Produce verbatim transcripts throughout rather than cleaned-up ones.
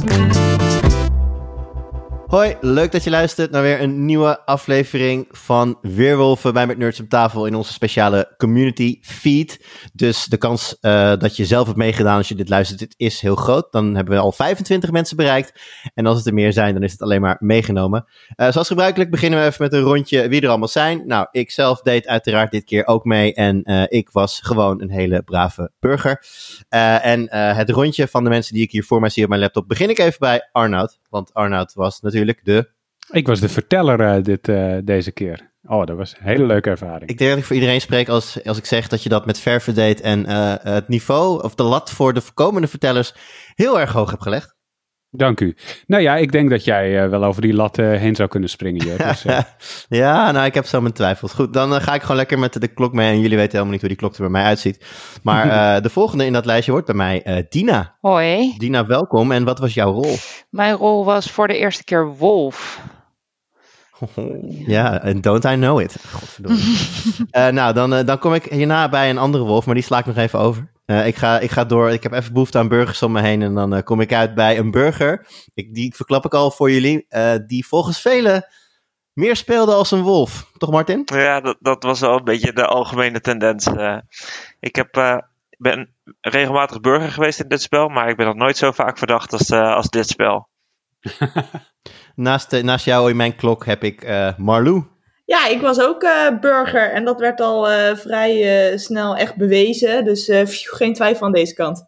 Hoi, leuk dat je luistert naar weer een nieuwe aflevering van Weerwolven bij Met Nerds op tafel in onze speciale community feed. Dus de kans uh, dat je zelf hebt meegedaan als je dit luistert, dit is heel groot. Dan hebben we al vijfentwintig mensen bereikt. En als het er meer zijn, dan is het alleen maar meegenomen. Uh, zoals gebruikelijk beginnen we even met een rondje wie er allemaal zijn. Nou, ik zelf deed uiteraard dit keer ook mee en uh, ik was gewoon een hele brave burger. Uh, en uh, het rondje van de mensen die ik hier voor mij zie op mijn laptop begin ik even bij Arnoud. Want Arnoud was natuurlijk de... Ik was de verteller uh, dit, uh, deze keer. Oh, dat was een hele leuke ervaring. Ik denk dat ik voor iedereen spreek als, als ik zeg dat je dat met verve deed en uh, het niveau of de lat voor de komende vertellers heel erg hoog hebt gelegd. Dank u. Nou ja, ik denk dat jij uh, wel over die lat uh, heen zou kunnen springen. Jur, dus, uh... ja, nou, ik heb zo mijn twijfels. Goed, dan uh, ga ik gewoon lekker met de klok mee. En jullie weten helemaal niet hoe die klok er bij mij uitziet. Maar uh, de volgende in dat lijstje wordt bij mij uh, Dina. Hoi. Dina, welkom. En wat was jouw rol? Mijn rol was voor de eerste keer wolf. Ja, en don't I know it. Godverdomme. uh, nou, dan, uh, dan kom ik hierna bij een andere wolf, maar die sla ik nog even over. Uh, ik, ga, ik ga door, ik heb even behoefte aan burgers om me heen en dan uh, kom ik uit bij een burger. Ik, die verklap ik al voor jullie, uh, die volgens velen meer speelde als een wolf. Toch, Martin? Ja, dat, dat was wel een beetje de algemene tendens. Uh, ik heb, uh, ben regelmatig burger geweest in dit spel, maar ik ben nog nooit zo vaak verdacht als, uh, als dit spel. naast, uh, naast jou in mijn klok heb ik uh, Marlou. Ja, ik was ook uh, burger en dat werd al uh, vrij uh, snel echt bewezen. Dus uh, phew, geen twijfel aan deze kant.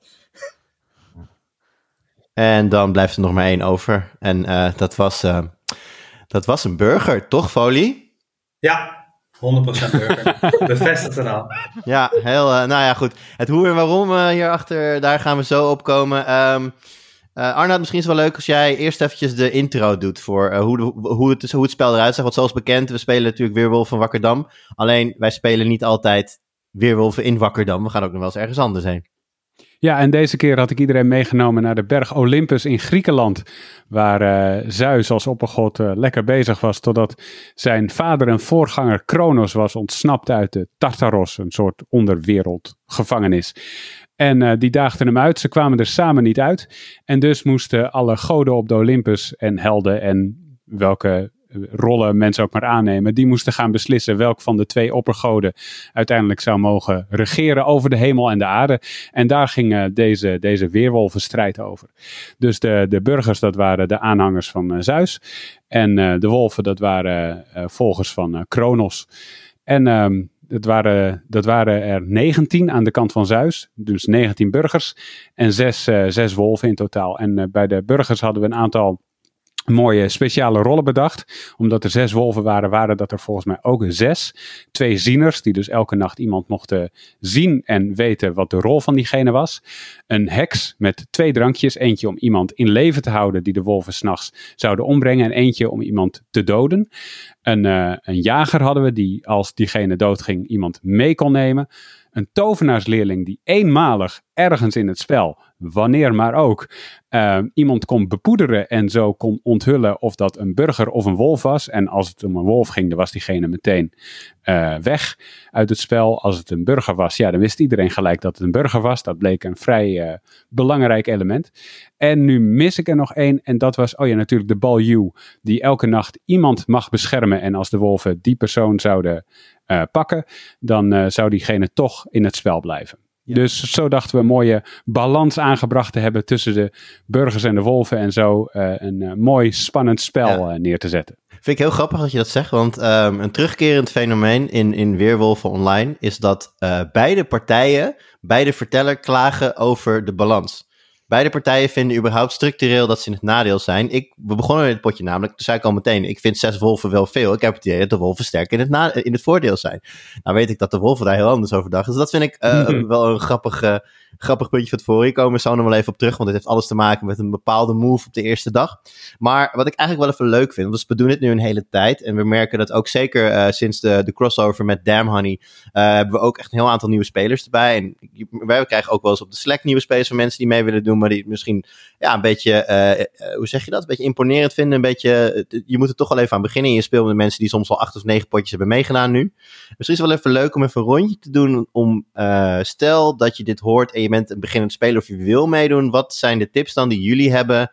En dan blijft er nog maar één over. En uh, dat, was, uh, dat was een burger, toch, Folie? Ja, honderd procent burger. Bevestigd het al. Ja, heel, uh, nou ja, goed. Het hoe en waarom uh, hierachter, daar gaan we zo op komen. Um, Uh, Arnoud, misschien is het wel leuk als jij eerst eventjes de intro doet voor uh, hoe, de, hoe, het, hoe het spel eruit zag. Want zoals bekend, we spelen natuurlijk Weerwolven van Wakkerdam. Alleen, wij spelen niet altijd Weerwolven in Wakkerdam. We gaan ook nog wel eens ergens anders heen. Ja, en deze keer had ik iedereen meegenomen naar de berg Olympus in Griekenland. Waar uh, Zeus als oppergod uh, lekker bezig was. Totdat zijn vader en voorganger Kronos was ontsnapt uit de Tartaros. Een soort onderwereldgevangenis. En uh, die daagden hem uit. Ze kwamen er samen niet uit. En dus moesten alle goden op de Olympus en helden en welke rollen mensen ook maar aannemen, die moesten gaan beslissen welk van de twee oppergoden uiteindelijk zou mogen regeren over de hemel en de aarde. En daar ging uh, deze, deze weerwolvenstrijd over. Dus de, de burgers, dat waren de aanhangers van uh, Zeus. En uh, de wolven, dat waren uh, volgers van uh, Kronos. En um, dat waren, dat waren er negentien aan de kant van Zeus. Dus negentien burgers en zes, uh, zes wolven in totaal. En uh, bij de burgers hadden we een aantal mooie speciale rollen bedacht. Omdat er zes wolven waren, waren dat er volgens mij ook zes. Twee zieners, die dus elke nacht iemand mochten zien en weten wat de rol van diegene was. Een heks met twee drankjes. Eentje om iemand in leven te houden die de wolven 's nachts zouden ombrengen. En eentje om iemand te doden. Een, uh, een jager hadden we die als diegene doodging iemand mee kon nemen. Een tovenaarsleerling die eenmalig ergens in het spel, wanneer maar ook, uh, iemand kon bepoederen en zo kon onthullen of dat een burger of een wolf was. En als het om een wolf ging, dan was diegene meteen uh, weg uit het spel. Als het een burger was, ja, dan wist iedereen gelijk dat het een burger was. Dat bleek een vrij uh, belangrijk element. En nu mis ik er nog één en dat was, oh ja, natuurlijk de baljuw, die elke nacht iemand mag beschermen. En als de wolven die persoon zouden uh, pakken, dan uh, zou diegene toch in het spel blijven. Ja. Dus zo dachten we een mooie balans aangebracht te hebben tussen de burgers en de wolven en zo uh, een uh, mooi spannend spel ja. uh, neer te zetten. Vind ik heel grappig dat je dat zegt, want um, een terugkerend fenomeen in, in Weerwolven Online is dat uh, beide partijen, beide verteller klagen over de balans. Beide partijen vinden überhaupt structureel dat ze in het nadeel zijn. Ik, we begonnen in het potje namelijk, toen zei ik al meteen, ik vind zes wolven wel veel. Ik heb het idee dat de wolven sterk in het, na, in het voordeel zijn. Nou weet ik dat de wolven daar heel anders over dachten. Dus dat vind ik uh, mm-hmm. wel een grappig, uh, grappig puntje van tevoren. Hier komen we zo nog wel even op terug, want dit heeft alles te maken met een bepaalde move op de eerste dag. Maar wat ik eigenlijk wel even leuk vind, want we doen dit nu een hele tijd. En we merken dat ook zeker uh, sinds de, de crossover met Damn Honey, uh, hebben we ook echt een heel aantal nieuwe spelers erbij. En wij krijgen ook wel eens op de Slack nieuwe spelers van mensen die mee willen doen, maar die misschien ja, een beetje, uh, uh, hoe zeg je dat? Een beetje imponerend vinden. Een beetje, uh, je moet er toch wel even aan beginnen. Je speelt met mensen die soms al acht of negen potjes hebben meegedaan nu. Misschien is het wel even leuk om even een rondje te doen om, uh, stel dat je dit hoort en je bent een beginnend speler of je wil meedoen. Wat zijn de tips dan die jullie hebben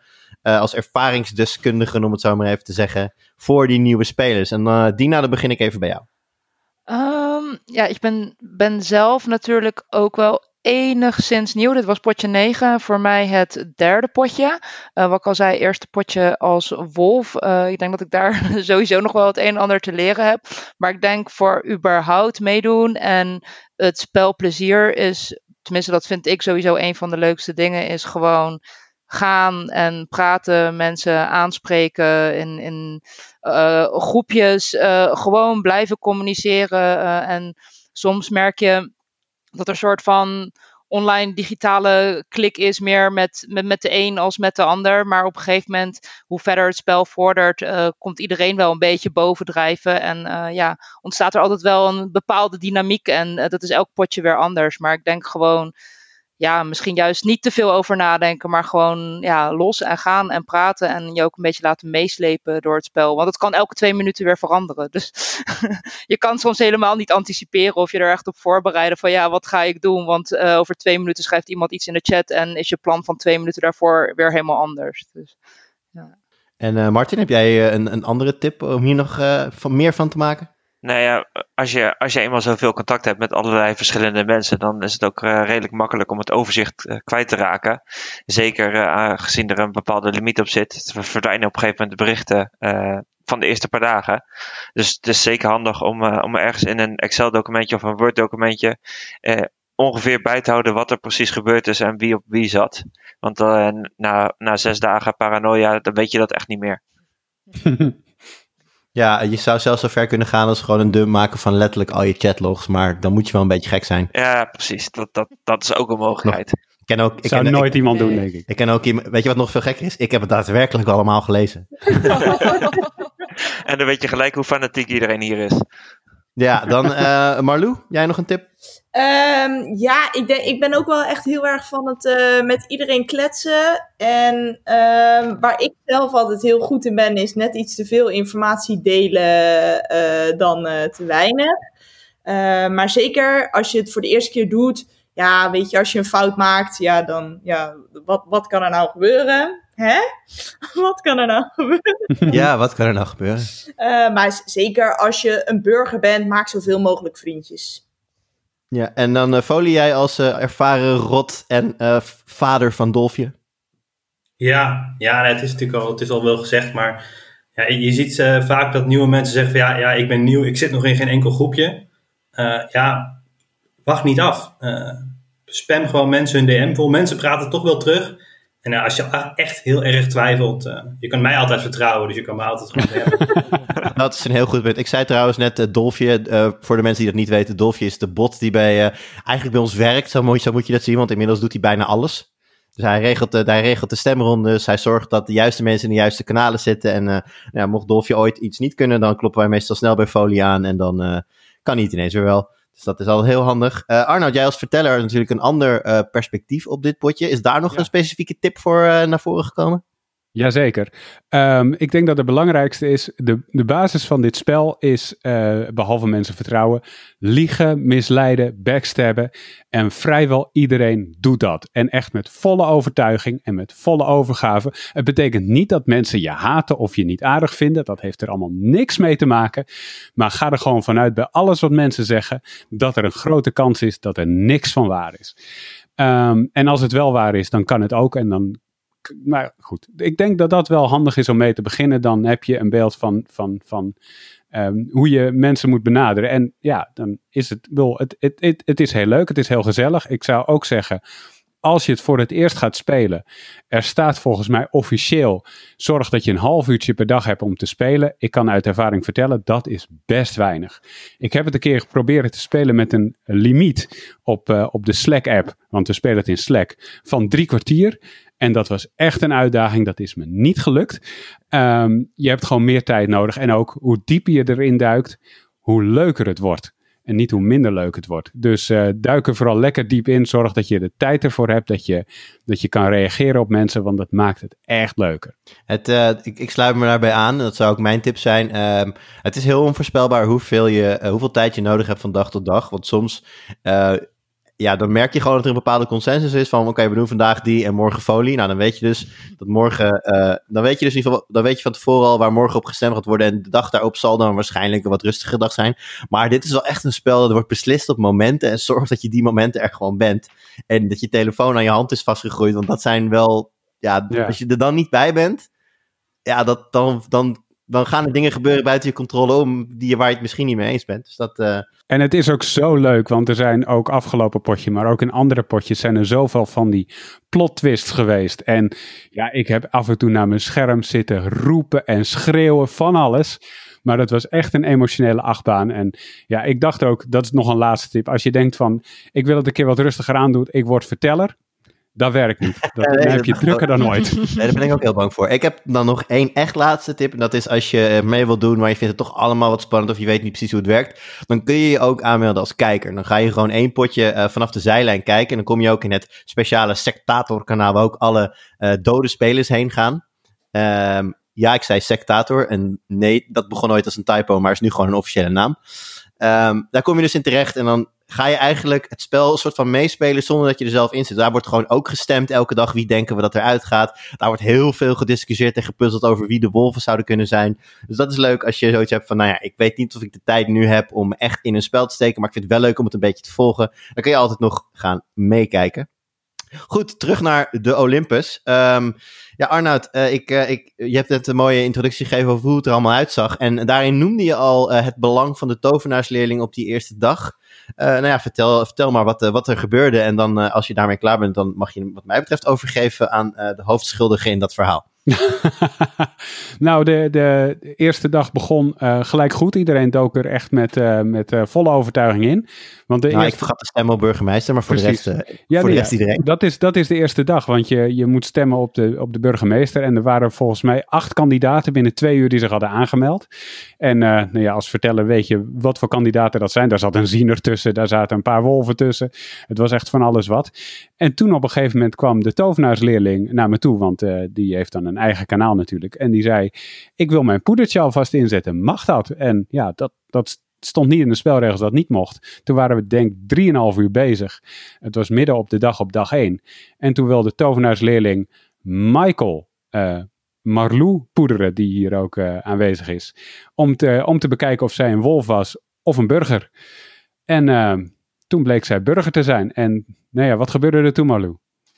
uh, als ervaringsdeskundige, om het zo maar even te zeggen, voor die nieuwe spelers. En uh, Dina, dan begin ik even bij jou. Um, ja, ik ben, ben zelf natuurlijk ook wel enigszins nieuw. Dit was potje negen. Voor mij het derde potje. Uh, wat ik al zei, eerste potje als wolf. Uh, ik denk dat ik daar sowieso nog wel het een en ander te leren heb. Maar ik denk voor überhaupt meedoen en het spelplezier is, tenminste dat vind ik sowieso een van de leukste dingen, is gewoon gaan en praten, mensen aanspreken in, in uh, groepjes, uh, gewoon blijven communiceren. Uh, en soms merk je dat er een soort van online digitale klik is, meer met, met, met de een als met de ander. Maar op een gegeven moment, hoe verder het spel vordert, uh, komt iedereen wel een beetje bovendrijven. En uh, ja, ontstaat er altijd wel een bepaalde dynamiek. En uh, dat is elk potje weer anders. Maar ik denk gewoon, ja, misschien juist niet te veel over nadenken, maar gewoon ja, los en gaan en praten en je ook een beetje laten meeslepen door het spel. Want het kan elke twee minuten weer veranderen. Dus je kan soms helemaal niet anticiperen of je er echt op voorbereiden van ja, wat ga ik doen? Want uh, over twee minuten schrijft iemand iets in de chat en is je plan van twee minuten daarvoor weer helemaal anders. Dus, ja. En uh, Martin, heb jij uh, een, een andere tip om hier nog uh, van, meer van te maken? Nou ja, als je, als je eenmaal zoveel contact hebt met allerlei verschillende mensen, dan is het ook uh, redelijk makkelijk om het overzicht uh, kwijt te raken. Zeker uh, gezien er een bepaalde limiet op zit. We verdwijnen op een gegeven moment de berichten uh, van de eerste paar dagen. Dus het is zeker handig om, uh, om ergens in een Excel-documentje of een Word-documentje uh, ongeveer bij te houden wat er precies gebeurd is en wie op wie zat. Want uh, na, na zes dagen paranoia, dan weet je dat echt niet meer. Ja, je zou zelfs zo ver kunnen gaan als gewoon een dump maken van letterlijk al je chatlogs, maar dan moet je wel een beetje gek zijn. Ja, precies. Dat, dat, dat is ook een mogelijkheid. Nog, ik ken ook, ik zou ken, nooit ik, iemand doen, denk ik. Ik ken ook iemand, weet je wat nog veel gekker is? Ik heb het daadwerkelijk allemaal gelezen. En dan weet je gelijk hoe fanatiek iedereen hier is. Ja, dan uh, Marlou, jij nog een tip? Um, ja, ik, denk, ik ben ook wel echt heel erg van het uh, met iedereen kletsen. En uh, waar ik zelf altijd heel goed in ben, is net iets te veel informatie delen uh, dan uh, te weinig. Uh, maar zeker als je het voor de eerste keer doet, ja, weet je, als je een fout maakt, ja, dan, ja, wat, wat kan er nou gebeuren? Hè? Wat kan er nou gebeuren? Ja, wat kan er nou gebeuren? Uh, maar z- zeker als je een burger bent, maak zoveel mogelijk vriendjes. Ja, en dan uh, Folie, jij als uh, ervaren rot en uh, vader van Dolfje. Ja, ja, nee, het is natuurlijk al, het is al wel gezegd, maar ja, je ziet uh, vaak dat nieuwe mensen zeggen van ja, ja, ik ben nieuw, ik zit nog in geen enkel groepje. Uh, ja, wacht niet af. Uh, spam gewoon mensen hun D M vol. Mensen praten toch wel terug. En uh, als je echt heel erg twijfelt, uh, je kan mij altijd vertrouwen, dus je kan me altijd gewoon hebben. Dat is een heel goed punt. Ik zei trouwens net, uh, Dolfje, uh, voor de mensen die dat niet weten, Dolfje is de bot die bij, uh, eigenlijk bij ons werkt. Zo moet, zo moet je dat zien, want inmiddels doet hij bijna alles. Dus hij regelt, de, hij regelt de stemrondes, hij zorgt dat de juiste mensen in de juiste kanalen zitten. En uh, ja, mocht Dolfje ooit iets niet kunnen, dan kloppen wij meestal snel bij Folie aan en dan uh, kan hij het ineens weer wel. Dus dat is al heel handig. Uh, Arnoud, jij als verteller hebt natuurlijk een ander uh, perspectief op dit potje. Is daar nog ja. een specifieke tip voor uh, naar voren gekomen? Jazeker. Um, ik denk dat het belangrijkste is, de, de basis van dit spel is, uh, behalve mensen vertrouwen, liegen, misleiden, backstabben. En vrijwel iedereen doet dat. En echt met volle overtuiging en met volle overgave. Het betekent niet dat mensen je haten of je niet aardig vinden. Dat heeft er allemaal niks mee te maken. Maar ga er gewoon vanuit bij alles wat mensen zeggen, dat er een grote kans is dat er niks van waar is. Um, en als het wel waar is, dan kan het ook en dan... Maar goed, ik denk dat dat wel handig is om mee te beginnen. Dan heb je een beeld van, van, van um, hoe je mensen moet benaderen. En ja, dan is het, wel, het, het, het, het is heel leuk, het is heel gezellig. Ik zou ook zeggen, als je het voor het eerst gaat spelen, er staat volgens mij officieel, zorg dat je een half uurtje per dag hebt om te spelen. Ik kan uit ervaring vertellen, dat is best weinig. Ik heb het een keer geprobeerd te spelen met een limiet op, uh, op de Slack-app, want we spelen het in Slack, van drie kwartier. En dat was echt een uitdaging, dat is me niet gelukt. Um, je hebt gewoon meer tijd nodig. En ook hoe dieper je erin duikt, hoe leuker het wordt. En niet hoe minder leuk het wordt. Dus uh, duik er vooral lekker diep in. Zorg dat je de tijd ervoor hebt. Dat je, dat je kan reageren op mensen. Want dat maakt het echt leuker. Het, uh, ik, ik sluit me daarbij aan. Dat zou ook mijn tip zijn. Um, het is heel onvoorspelbaar hoeveel, je, uh, hoeveel tijd je nodig hebt van dag tot dag. Want soms... Uh, ja, dan merk je gewoon dat er een bepaalde consensus is van, oké, okay, we doen vandaag die en morgen folie. Nou, dan weet je dus dat morgen, uh, dan weet je dus in ieder geval, dan weet je van tevoren al waar morgen op gestemd gaat worden. En de dag daarop zal dan waarschijnlijk een wat rustige dag zijn. Maar dit is wel echt een spel dat wordt beslist op momenten en zorg dat je die momenten er gewoon bent. En dat je telefoon aan je hand is vastgegroeid, want dat zijn wel, ja, ja. als je er dan niet bij bent, ja, dat, dan, dan, dan gaan er dingen gebeuren buiten je controle om, die, waar je het misschien niet mee eens bent. Dus dat... Uh... En het is ook zo leuk, want er zijn ook afgelopen potje, maar ook in andere potjes zijn er zoveel van die plot twists geweest. En ja, ik heb af en toe naar mijn scherm zitten roepen en schreeuwen van alles. Maar dat was echt een emotionele achtbaan. En ja, ik dacht ook, dat is nog een laatste tip. Als je denkt van, ik wil het een keer wat rustiger aandoen, ik word verteller. Dat werkt niet. Dat, nee, dan heb je drukker dan ooit. Nee, daar ben ik ook heel bang voor. Ik heb dan nog één echt laatste tip. En dat is als je mee wilt doen, maar je vindt het toch allemaal wat spannend of je weet niet precies hoe het werkt. Dan kun je je ook aanmelden als kijker. Dan ga je gewoon één potje uh, vanaf de zijlijn kijken. En dan kom je ook in het speciale Sectator kanaal waar ook alle uh, dode spelers heen gaan. Um, ja, ik zei Sectator. En nee, dat begon ooit als een typo, maar is nu gewoon een officiële naam. Um, daar kom je dus in terecht en dan ga je eigenlijk het spel een soort van meespelen zonder dat je er zelf in zit. Daar wordt gewoon ook gestemd elke dag wie denken we dat eruit gaat. Daar wordt heel veel gediscussieerd en gepuzzeld over wie de wolven zouden kunnen zijn. Dus dat is leuk als je zoiets hebt van, nou ja, ik weet niet of ik de tijd nu heb om echt in een spel te steken, maar ik vind het wel leuk om het een beetje te volgen. Dan kun je altijd nog gaan meekijken. Goed, terug naar de Olympus. Um, ja, Arnoud, uh, ik, uh, ik, je hebt net een mooie introductie gegeven over hoe het er allemaal uitzag. En daarin noemde je al uh, het belang van de tovenaarsleerling op die eerste dag. Uh, nou ja, vertel, vertel maar wat, uh, wat er gebeurde. En dan, uh, als je daarmee klaar bent, dan mag je hem wat mij betreft overgeven aan uh, de hoofdschuldige in dat verhaal. Nou, de, de, de eerste dag begon uh, gelijk goed. Iedereen dook er echt met, uh, met uh, volle overtuiging in. Want de nou, eerste... ik vergat de stem op burgemeester, maar voor Precies. de rest, uh, ja, voor de ja, rest iedereen. Dat is, dat is de eerste dag, want je, je moet stemmen op de, op de burgemeester. En er waren volgens mij acht kandidaten binnen twee uur die zich hadden aangemeld. En uh, nou ja, als verteller weet je wat voor kandidaten dat zijn. Daar zat een ziener tussen, daar zaten een paar wolven tussen. Het was echt van alles wat. En toen op een gegeven moment kwam de tovenaarsleerling naar me toe, want uh, die heeft dan een eigen kanaal natuurlijk. En die zei, ik wil mijn poedertje alvast inzetten. Mag dat? En ja, dat, dat stond niet in de spelregels dat niet mocht. Toen waren we denk ik drieënhalf uur bezig. Het was midden op de dag op dag één. En toen wilde de tovenaarsleerling Michael uh, Marlou poederen, die hier ook uh, aanwezig is, om te, om te bekijken of zij een wolf was of een burger. En uh, toen bleek zij burger te zijn. En nou ja, wat gebeurde er toen, Marlou?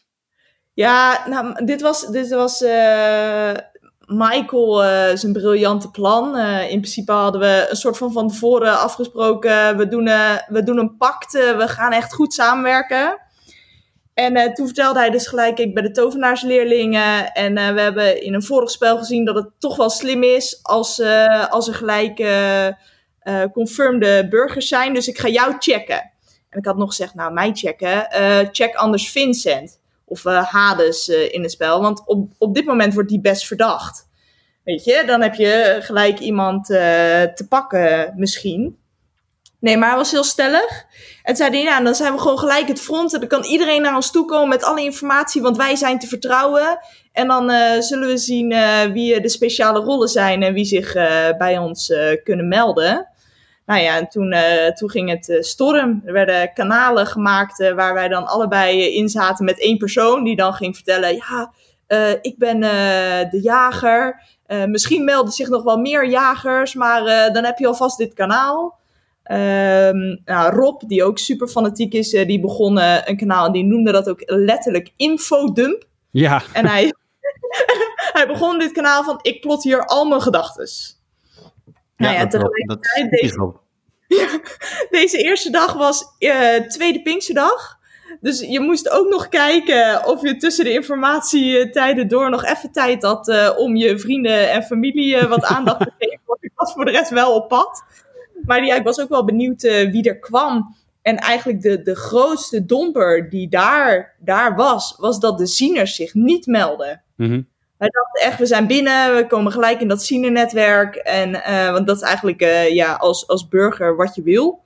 Ja, nou, dit was, dit was uh, Michael uh, zijn briljante plan. Uh, in principe hadden we een soort van van tevoren afgesproken, we doen, uh, we doen een pact, uh, we gaan echt goed samenwerken. En uh, toen vertelde hij dus gelijk, ik ben de tovenaarsleerlingen. En uh, we hebben in een vorig spel gezien dat het toch wel slim is als, uh, als er gelijk uh, uh, confirmed burgers zijn. Dus ik ga jou checken. En ik had nog gezegd, nou mij checken, uh, check anders Vincent. Of uh, Hades uh, in het spel. Want op, op dit moment wordt die best verdacht. Weet je, dan heb je gelijk iemand uh, te pakken misschien. Nee, maar hij was heel stellig. En zei hij, ja, dan zijn we gewoon gelijk het front. En dan kan iedereen naar ons toe komen met alle informatie, want wij zijn te vertrouwen. En dan uh, zullen we zien uh, wie de speciale rollen zijn en wie zich uh, bij ons uh, kunnen melden. Nou ja, en toen, uh, toen ging het uh, storm. Er werden kanalen gemaakt uh, waar wij dan allebei uh, in zaten met één persoon die dan ging vertellen, ja, uh, ik ben uh, de jager. Uh, misschien melden zich nog wel meer jagers, maar uh, dan heb je alvast dit kanaal. Um, nou, Rob, die ook super fanatiek is, uh, die begon uh, een kanaal en die noemde dat ook letterlijk infodump. Ja. En hij, hij begon dit kanaal van, ik plot hier al mijn gedachtes. Ja, nou ja, dat, tegelijkertijd, dat deze, ja, deze eerste dag was uh, tweede Pinksterdag. Dus je moest ook nog kijken of je tussen de informatietijden door nog even tijd had uh, om je vrienden en familie uh, wat aandacht te geven. Want ik was voor de rest wel op pad. Maar ja, ik was ook wel benieuwd uh, wie er kwam. En eigenlijk de, de grootste domper die daar, daar was, was dat de zieners zich niet melden. Mm-hmm. Wij dachten echt, we zijn binnen, we komen gelijk in dat zienernetwerk. En, uh, want dat is eigenlijk uh, ja, als, als burger wat je wil.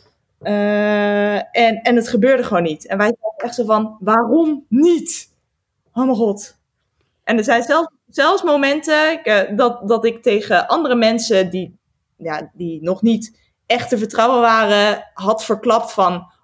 Uh, en, en het gebeurde gewoon niet. En wij dachten echt zo van, waarom niet? Oh mijn god. En er zijn zelfs, zelfs momenten uh, dat, dat ik tegen andere mensen die, ja, die nog niet echt te vertrouwen waren, had verklapt van,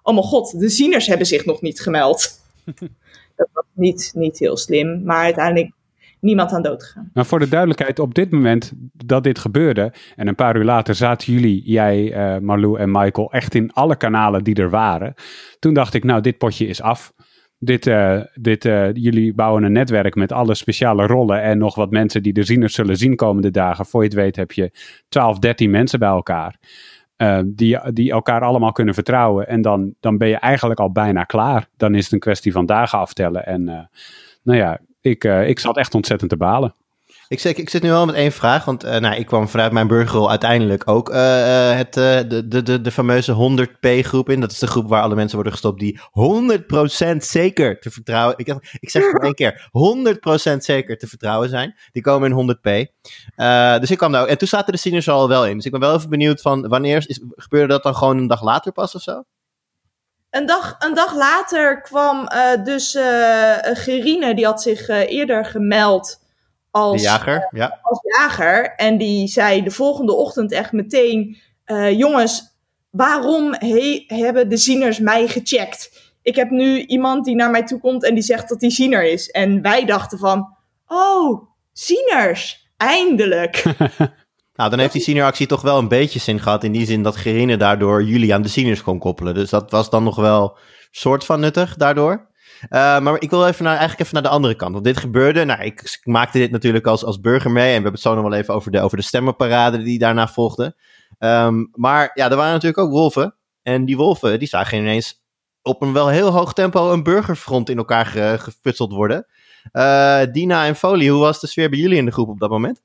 oh mijn god, de zieners hebben zich nog niet gemeld. Dat was niet, niet heel slim, maar uiteindelijk niemand aan dood gegaan. Maar voor de duidelijkheid, op dit moment dat dit gebeurde, en een paar uur later zaten jullie, jij, uh, Marlou en Michael, echt in alle kanalen die er waren. Toen dacht ik, nou, dit potje is af. Dit, uh, dit, uh, jullie bouwen een netwerk met alle speciale rollen en nog wat mensen die de zieners zullen zien komende dagen. Voor je het weet heb je twaalf, dertien mensen bij elkaar. Uh, die, die elkaar allemaal kunnen vertrouwen. En dan, dan ben je eigenlijk al bijna klaar. Dan is het een kwestie van dagen aftellen. En uh, nou ja, ik, uh, ik zat echt ontzettend te balen. Ik, zeg, ik zit nu wel met één vraag, want uh, nou, ik kwam vanuit mijn burgerrol uiteindelijk ook uh, uh, het, uh, de, de, de, de fameuze honderd P groep in. Dat is de groep waar alle mensen worden gestopt die honderd procent zeker te vertrouwen. Ik, ik zeg het nog één keer, honderd procent zeker te vertrouwen zijn. Die komen in honderd P. Uh, dus ik kwam daar ook. En toen zaten de seniors al wel in. Dus ik ben wel even benieuwd van wanneer is, gebeurde dat dan gewoon een dag later pas of zo? Een dag, een dag later kwam uh, dus uh, Gerine, die had zich uh, eerder gemeld als, de jager, uh, ja. als jager. En die zei de volgende ochtend echt meteen, uh, jongens, waarom he- hebben de zieners mij gecheckt? Ik heb nu iemand die naar mij toe komt en die zegt dat hij ziener is. En wij dachten van, oh, zieners, eindelijk. Nou, dan heeft die senioractie toch wel een beetje zin gehad. In die zin dat Gerine daardoor jullie aan de seniors kon koppelen. Dus dat was dan nog wel soort van nuttig daardoor. Uh, maar ik wil even naar, eigenlijk even naar de andere kant. Want dit gebeurde. Nou, ik, ik maakte dit natuurlijk als, als burger mee. En we hebben het zo nog wel even over de, over de stemmenparade die daarna volgde. Um, maar ja, er waren natuurlijk ook wolven. En die wolven, die zagen ineens op een wel heel hoog tempo een burgerfront in elkaar ge, gefutseld worden. Uh, Dina en Folie, hoe was de sfeer bij jullie in de groep op dat moment?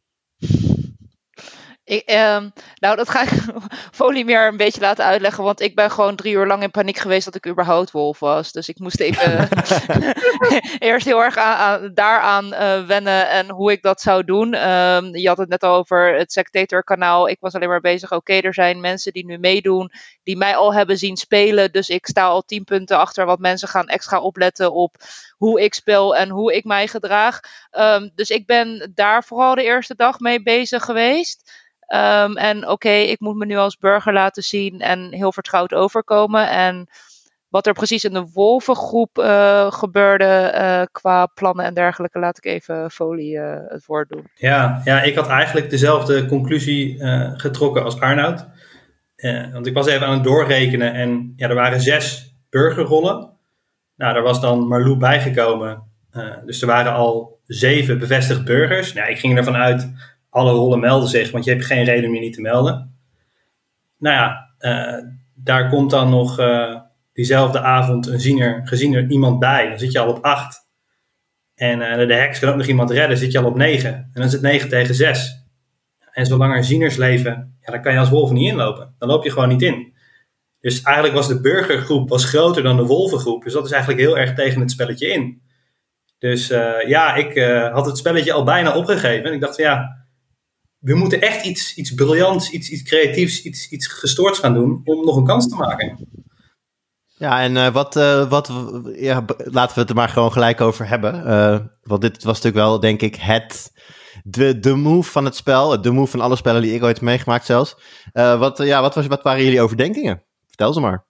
Ik, um, nou, dat ga ik Folie meer een beetje laten uitleggen, want ik ben gewoon drie uur lang in paniek geweest dat ik überhaupt wolf was. Dus ik moest even eerst heel erg aan, aan, daaraan uh, wennen en hoe ik dat zou doen. Um, je had het net al over het Spectator-kanaal. Ik was alleen maar bezig, oké, okay, er zijn mensen die nu meedoen, die mij al hebben zien spelen. Dus ik sta al tien punten achter, wat mensen gaan extra opletten op hoe ik speel en hoe ik mij gedraag. Um, dus ik ben daar vooral de eerste dag mee bezig geweest. Um, en oké, okay, ik moet me nu als burger laten zien en heel vertrouwd overkomen. En wat er precies in de wolvengroep uh, gebeurde uh, qua plannen en dergelijke, laat ik even Folie uh, het woord doen. Ja, ja, ik had eigenlijk dezelfde conclusie uh, getrokken als Arnoud. Uh, want ik was even aan het doorrekenen en ja, er waren zes burgerrollen. Nou, daar was dan Marlou bijgekomen. Uh, dus er waren al zeven bevestigd burgers. Nou, ik ging ervan uit, alle rollen melden zich, want je hebt geen reden om je niet te melden. Nou ja, uh, daar komt dan nog uh, diezelfde avond een ziener, geziener iemand bij. Dan zit je al op acht. En uh, de heks kan ook nog iemand redden, zit je al op negen. En dan is het negen tegen zes. En zolang er zieners leven, ja, dan kan je als wolf niet inlopen. Dan loop je gewoon niet in. Dus eigenlijk was de burgergroep was groter dan de wolvengroep. Dus dat is eigenlijk heel erg tegen het spelletje in. Dus uh, ja, ik uh, had het spelletje al bijna opgegeven. En ik dacht, ja, we moeten echt iets, iets briljants, iets, iets creatiefs, iets, iets gestoords gaan doen om nog een kans te maken. Ja, en uh, wat, uh, wat ja, laten we het er maar gewoon gelijk over hebben. Uh, want dit was natuurlijk wel, denk ik, het, de, de move van het spel. De move van alle spellen die ik ooit heb meegemaakt zelfs. Uh, wat, ja, wat, was, wat waren jullie overdenkingen? Vertel ze maar.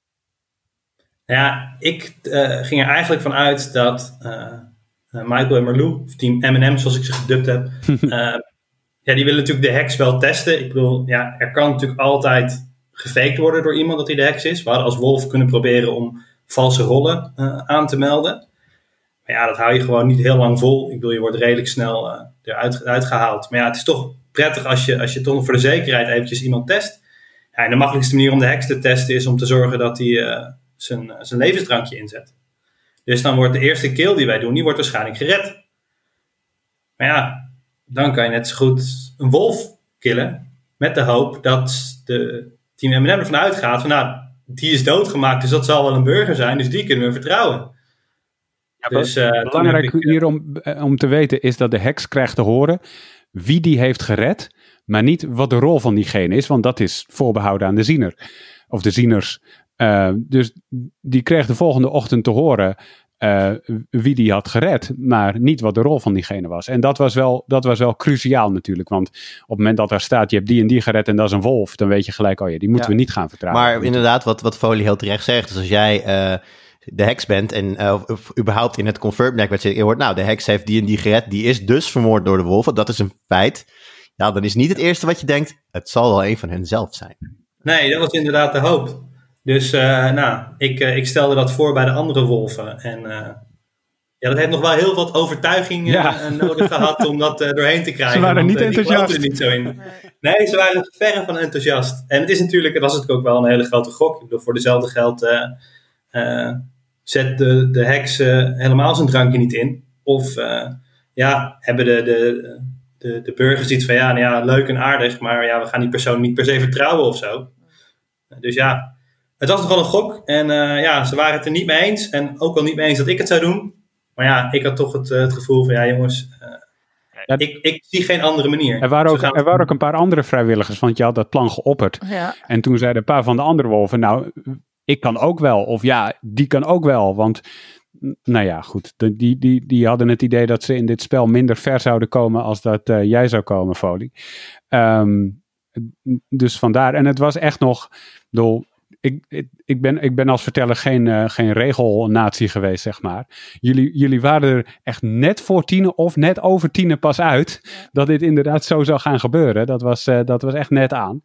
Ja, ik uh, ging er eigenlijk van uit dat uh, Michael en Marlou, of team M en M zoals ik ze gedubt heb, uh, ja, die willen natuurlijk de heks wel testen. Ik bedoel, ja, er kan natuurlijk altijd gefaked worden door iemand dat hij de heks is. We hadden als wolf kunnen proberen om valse rollen uh, aan te melden. Maar ja, dat hou je gewoon niet heel lang vol. Ik bedoel, je wordt redelijk snel uh, eruit, eruit gehaald. Maar ja, het is toch prettig als je, als je toch voor de zekerheid eventjes iemand test. Ja, en de makkelijkste manier om de heks te testen is om te zorgen dat hij uh, zijn, zijn levensdrankje inzet. Dus dan wordt de eerste kill die wij doen, die wordt waarschijnlijk gered. Maar ja, dan kan je net zo goed een wolf killen met de hoop dat de team M en M ervan uitgaat van nou, die is doodgemaakt, dus dat zal wel een burger zijn, dus die kunnen we vertrouwen. Ja, dus, uh, belangrijk ik, uh, hier om, om te weten is dat de heks krijgt te horen wie die heeft gered, maar niet wat de rol van diegene is, want dat is voorbehouden aan de ziener. Of de zieners. Uh, dus die kreeg de volgende ochtend te horen, uh, wie die had gered, maar niet wat de rol van diegene was. En dat was wel, dat was wel cruciaal natuurlijk, want op het moment dat er staat, je hebt die en die gered en dat is een wolf, dan weet je gelijk, oh ja, die moeten ja. we niet gaan vertrouwen. Maar inderdaad, wat, wat Foley heel terecht zegt, dus als jij uh, de heks bent en uh, of, of überhaupt in het confirmed netwerk je hoort, nou, de heks heeft die en die gered, die is dus vermoord door de wolven, dat is een feit. Ja, dan is niet het eerste wat je denkt, het zal wel een van hen zelf zijn. Nee, dat was inderdaad de hoop. Dus uh, nou, ik, uh, ik stelde dat voor bij de andere wolven. En uh, ja, dat heeft nog wel heel wat overtuiging uh, ja. nodig gehad om dat uh, doorheen te krijgen. Ze waren want, niet uh, enthousiast. Er niet zo in. Nee, ze waren verre van enthousiast. En het is natuurlijk, het was natuurlijk ook wel een hele grote gok. Ik bedoel, voor dezelfde geld uh, uh, zet de, de heks uh, helemaal zijn drankje niet in. Of uh, ja, hebben de... de De, de burgers iets van, ja, nou ja, leuk en aardig, maar ja, we gaan die persoon niet per se vertrouwen of zo. Dus ja, het was nogal een gok. En uh, ja, ze waren het er niet mee eens. En ook wel niet mee eens dat ik het zou doen. Maar ja, ik had toch het, uh, het gevoel van, ja jongens, uh, ja, ik, ik zie geen andere manier. Er waren, ook, er waren ook een paar andere vrijwilligers, want je had dat plan geopperd. Ja. En toen zeiden een paar van de andere wolven, nou, ik kan ook wel. Of ja, die kan ook wel, want... Nou ja, goed. De, die, die, die hadden het idee dat ze in dit spel minder ver zouden komen als dat uh, jij zou komen, Foley. Um, dus vandaar. En het was echt nog... Bedoel, ik, ik, ik, ben, ik ben als verteller geen, uh, geen regelnatie geweest, zeg maar. Jullie, jullie waren er echt net voor tienen of net over tienen pas uit... Ja. dat dit inderdaad zo zou gaan gebeuren. Dat was, uh, dat was echt net aan.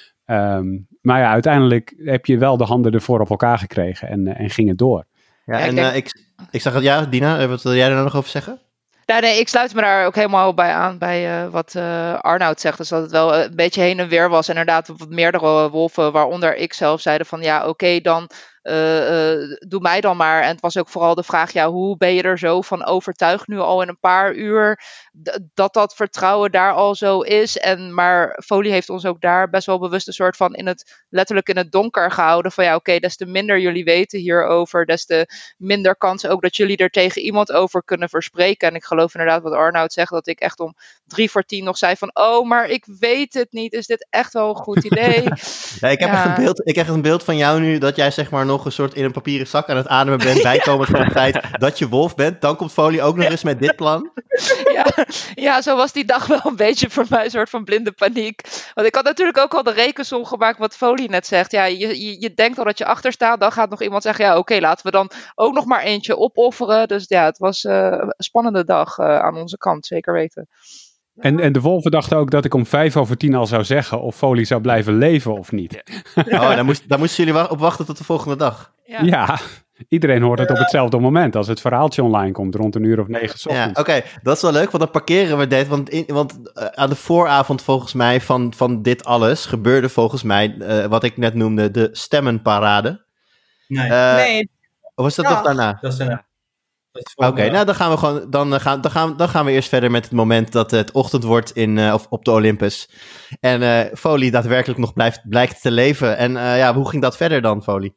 Um, maar ja, uiteindelijk heb je wel de handen ervoor op elkaar gekregen en, uh, en ging het door. Ja, en uh, ik, ik zag het, ja, Dina, wat wil jij er nou nog over zeggen? Nou, nee, ik sluit me daar ook helemaal bij aan bij uh, wat uh, Arnoud zegt. Dus dat het wel een beetje heen en weer was. Inderdaad, wat meerdere wolven, waaronder ik zelf, zeiden van ja, oké, okay, dan uh, uh, doe mij dan maar. En het was ook vooral de vraag, ja, hoe ben je er zo van overtuigd nu al in een paar uur d- dat dat vertrouwen daar al zo is. En maar Foley heeft ons ook daar best wel bewust een soort van in het, letterlijk in het donker gehouden. Van ja, oké, okay, des te minder jullie weten hierover, des te minder kans ook dat jullie er tegen iemand over kunnen verspreken. En ik geloof inderdaad wat Arnoud zegt, dat ik echt om drie voor tien nog zei van, oh, maar ik weet het niet. Is dit echt wel een goed idee? Ja, ik heb ja. echt een beeld, ik heb een beeld van jou nu, dat jij zeg maar nog een soort in een papieren zak aan het ademen bent, bijkomend van het feit dat je wolf bent. Dan komt Foley ook nog eens met dit plan. Ja, ja, zo was die dag wel een beetje voor mij een soort van blinde paniek. Want ik had natuurlijk ook al de rekensom gemaakt wat Foley net zegt. Ja, je, je, je denkt al dat je achter staat, dan gaat nog iemand zeggen, ja, oké, okay, laten we dan ook nog maar eentje opofferen. Dus ja, het was uh, een spannende dag uh, aan onze kant, zeker weten. En, en de wolven dachten ook dat ik om vijf over tien al zou zeggen of Foley zou blijven leven of niet. Oh, dan, moest, dan moesten jullie op wachten tot de volgende dag. Ja, ja, iedereen hoort het op hetzelfde moment als het verhaaltje online komt, rond een uur of negen 's ochtends. Ja, oké, okay. Dat is wel leuk, want dan parkeren we dit. Want, in, want uh, aan de vooravond volgens mij van, van dit alles gebeurde volgens mij uh, wat ik net noemde de stemmenparade. Nee. Uh, nee. Of was dat Ja. nog daarna? Dat is daarna. Oké, okay, nou dan gaan we gewoon, dan gaan, dan, gaan, dan gaan we eerst verder met het moment dat het ochtend wordt in, uh, of op de Olympus. En uh, Foley daadwerkelijk nog blijft, blijkt te leven. En uh, ja, hoe ging dat verder dan, Foley?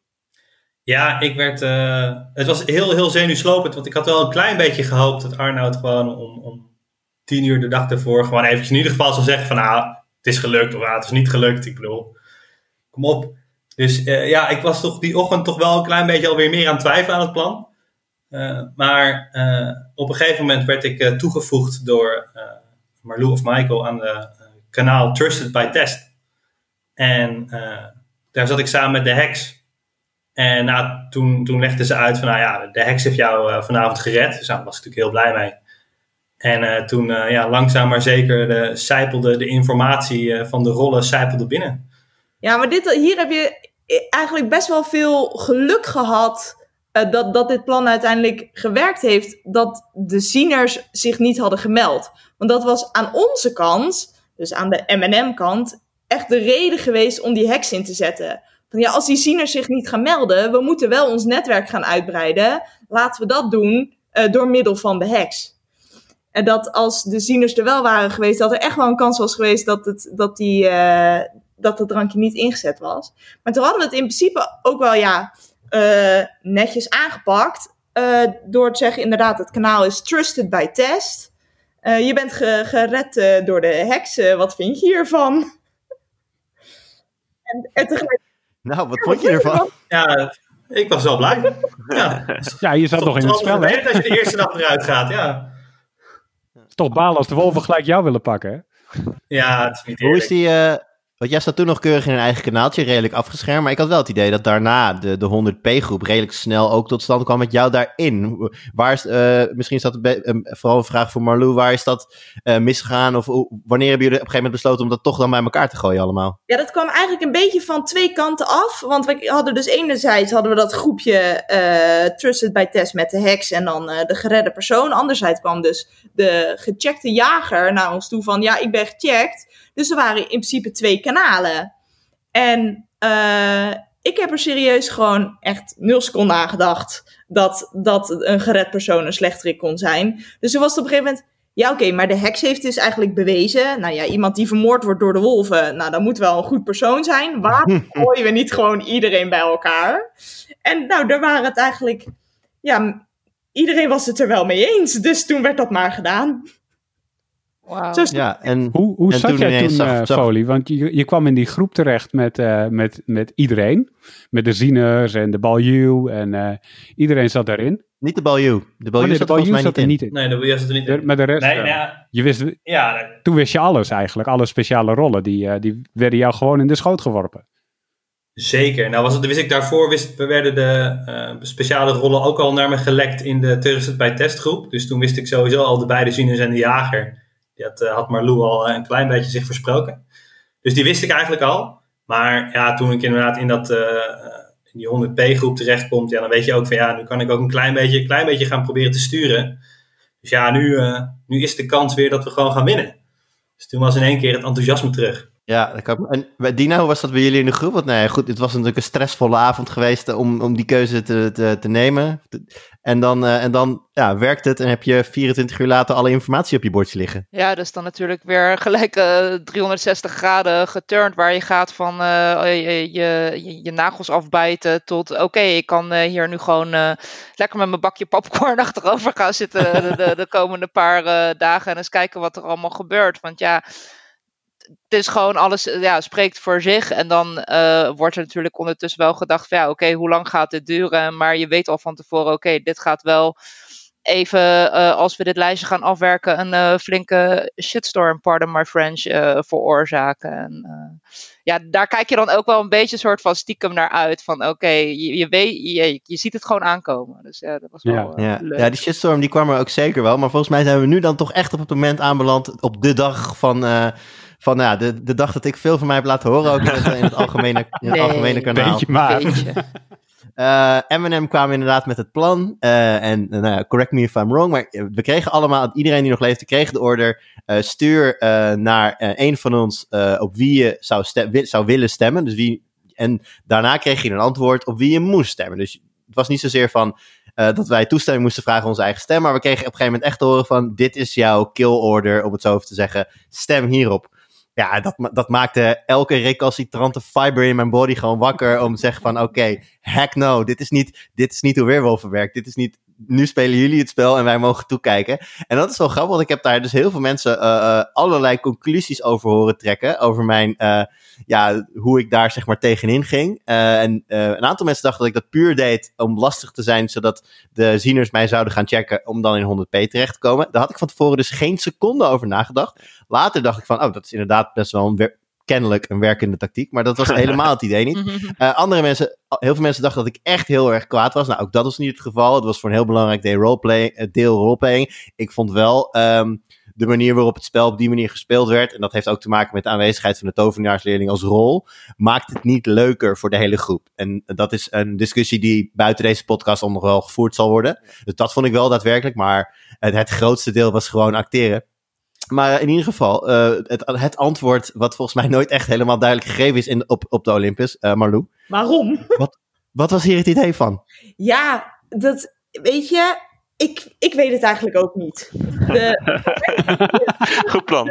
Ja, ik werd, uh, het was heel, heel zenuwslopend, want ik had wel een klein beetje gehoopt dat Arnoud gewoon om, om tien uur de dag ervoor gewoon eventjes in ieder geval zou zeggen van, nou, het is gelukt of ah, het is niet gelukt, ik bedoel, kom op. Dus uh, ja, ik was toch die ochtend toch wel een klein beetje alweer meer aan het twijfelen aan het plan. Uh, maar uh, op een gegeven moment werd ik uh, toegevoegd door uh, Marlou of Michael aan de uh, kanaal Trusted by Test. En uh, daar zat ik samen met de heks. En nou, toen, toen legden ze uit van, nou ja, de heks heeft jou uh, vanavond gered. Dus daar was ik natuurlijk heel blij mee. En uh, toen, uh, ja, langzaam maar zeker de, sijpelde de informatie uh, van de rollen sijpelde binnen. Ja, maar dit, hier heb je eigenlijk best wel veel geluk gehad uh, dat, dat dit plan uiteindelijk gewerkt heeft, dat de zieners zich niet hadden gemeld. Want dat was aan onze kant, dus aan de M en M-kant, echt de reden geweest om die heks in te zetten. Van ja, als die zieners zich niet gaan melden, we moeten wel ons netwerk gaan uitbreiden. Laten we dat doen uh, door middel van de heks. En dat als de zieners er wel waren geweest, dat er echt wel een kans was geweest dat het, dat die, uh, dat het drankje niet ingezet was. Maar toen hadden we het in principe ook wel ja, uh, netjes aangepakt. Uh, door te zeggen, inderdaad, het kanaal is Trusted by Test. Uh, je bent ge- gered uh, door de heksen. Wat vind je hiervan? en, en tegelijk... Nou, wat vond je ervan? Ja, Ik was wel blij. Ja, ja je zat nog in het spel, hè? Als je de eerste dag eruit gaat, ja. Het is toch balen als de wolven gelijk jou willen pakken, hè? Ja, het is niet Hoe eerlijk. is die... Uh, want jij zat toen nog keurig in een eigen kanaaltje, redelijk afgeschermd. Maar ik had wel het idee dat daarna de, de honderd p-groep redelijk snel ook tot stand kwam met jou daarin. Waar is, uh, misschien is dat een be- um, vooral een vraag voor Marlou. Waar is dat uh, misgegaan? Of uh, wanneer hebben jullie op een gegeven moment besloten om dat toch dan bij elkaar te gooien allemaal? Ja, dat kwam eigenlijk een beetje van twee kanten af. Want we hadden dus enerzijds hadden we dat groepje uh, Trusted by Test met de heks en dan uh, de geredde persoon. Anderzijds kwam dus de gecheckte jager naar ons toe van ja, ik ben gecheckt. Dus er waren in principe twee kanalen. En uh, ik heb er serieus gewoon echt nul seconden aan gedacht dat, dat een gered persoon een slechterik kon zijn. Dus toen was het op een gegeven moment, ja oké, okay, maar de heks heeft dus eigenlijk bewezen, nou ja, iemand die vermoord wordt door de wolven, nou dat moet wel een goed persoon zijn. Waarom gooien we niet gewoon iedereen bij elkaar? En nou, daar waren het eigenlijk, ja, iedereen was het er wel mee eens. Dus toen werd dat maar gedaan. Wow. Zo is Ja, en, Hoe, hoe en zat toen jij ineens toen, zag- uh, zag- Folie? Want je, je kwam in die groep terecht met, uh, met, met iedereen. Met de zieners en de baljuw. En uh, iedereen zat daarin. Niet de baljuw. De baljuw Oh, nee, de zat volgens mij baljuw niet zat er in. niet in. Nee, dat was het er niet De, in. maar de rest, Nee, uh, nou ja, je wist, ja, nee. toen wist je alles eigenlijk. Alle speciale rollen, die, uh, die werden jou gewoon in de schoot geworpen. Zeker. Nou was het, wist ik daarvoor, wist, werden de uh, speciale rollen ook al naar me gelekt in de Trusted by Testgroep. Dus toen wist ik sowieso al de beide zieners en de jager. Die had, uh, had Marlou al uh, een klein beetje zich versproken. Dus die wist ik eigenlijk al. Maar ja, toen ik inderdaad in, dat, uh, in die honderd p-groep terechtkomt, ja, dan weet je ook van ja, nu kan ik ook een klein beetje, klein beetje gaan proberen te sturen. Dus ja, nu, uh, nu is de kans weer dat we gewoon gaan winnen. Dus toen was in één keer het enthousiasme terug. Ja, dat kan. En bij Dina, hoe was dat bij jullie in de groep? Want nee, goed, het was natuurlijk een stressvolle avond geweest om, om die keuze te, te, te nemen. En dan, uh, en dan ja, werkt het en heb je vierentwintig uur later alle informatie op je bordje liggen. Ja, dus dan natuurlijk weer gelijk uh, driehonderdzestig graden geturnd, waar je gaat van uh, je, je, je, je nagels afbijten tot oké, okay, ik kan uh, hier nu gewoon uh, lekker met mijn bakje popcorn achterover gaan zitten de, de, de komende paar uh, dagen en eens kijken wat er allemaal gebeurt. Want ja, het is gewoon alles, ja, spreekt voor zich. En dan uh, wordt er natuurlijk ondertussen wel gedacht van ja, oké, okay, hoe lang gaat dit duren? Maar je weet al van tevoren, oké, okay, dit gaat wel even, uh, als we dit lijstje gaan afwerken, een uh, flinke shitstorm, pardon my French, uh, veroorzaken. En, uh, ja, daar kijk je dan ook wel een beetje een soort van stiekem naar uit. Van oké, okay, je, je, weet, je, je ziet het gewoon aankomen. Dus ja, dat was wel Ja. uh, Ja, leuk. ja, die shitstorm die kwam er ook zeker wel. Maar volgens mij zijn we nu dan toch echt op het moment aanbeland, op de dag van... Uh, Van ja, de, de dag dat ik veel van mij heb laten horen, ook in het, in het, algemene, in het Nee. algemene kanaal. Beetje maar. Beetje. Uh, Eminem kwam inderdaad met het plan. Uh, en uh, nou, correct me if I'm wrong. Maar we kregen allemaal, iedereen die nog leefde, kreeg de order. Uh, stuur uh, naar uh, een van ons uh, op wie je zou, stem, wi- zou willen stemmen. Dus wie, en daarna kreeg je een antwoord op wie je moest stemmen. Dus het was niet zozeer van uh, dat wij toestemming moesten vragen onze eigen stem. Maar we kregen op een gegeven moment echt te horen van dit is jouw kill order, om het zo even te zeggen. Stem hierop. Ja, dat, dat maakte elke recalcitrante fiber in mijn body gewoon wakker om te zeggen van oké, okay, heck no, dit is niet, dit is niet hoe Weerwolven werkt. Dit is niet, nu spelen jullie het spel en wij mogen toekijken. En dat is wel grappig, want ik heb daar dus heel veel mensen uh, uh, allerlei conclusies over horen trekken. Over mijn, uh, ja, hoe ik daar zeg maar tegenin ging. Uh, en uh, een aantal mensen dachten dat ik dat puur deed om lastig te zijn, zodat de zieners mij zouden gaan checken om dan in honderd p terecht te komen. Daar had ik van tevoren dus geen seconde over nagedacht. Later dacht ik van, oh, dat is inderdaad best wel een wer- kennelijk een werkende tactiek. Maar dat was helemaal het idee niet. Uh, andere mensen, heel veel mensen dachten dat ik echt heel erg kwaad was. Nou, ook dat was niet het geval. Het was voor een heel belangrijk deel roleplaying. Deel roleplaying. Ik vond wel um, de manier waarop het spel op die manier gespeeld werd, en dat heeft ook te maken met de aanwezigheid van de tovenaarsleerling als rol, maakt het niet leuker voor de hele groep. En dat is een discussie die buiten deze podcast al nog wel gevoerd zal worden. Dus dat vond ik wel daadwerkelijk. Maar het, het grootste deel was gewoon acteren. Maar in ieder geval, uh, het, het antwoord wat volgens mij nooit echt helemaal duidelijk gegeven is in, op, op de Olympus, uh, Marlou. Waarom? Wat, wat was hier het idee van? Ja, dat, weet je, ik, ik weet het eigenlijk ook niet. De, Goed plan.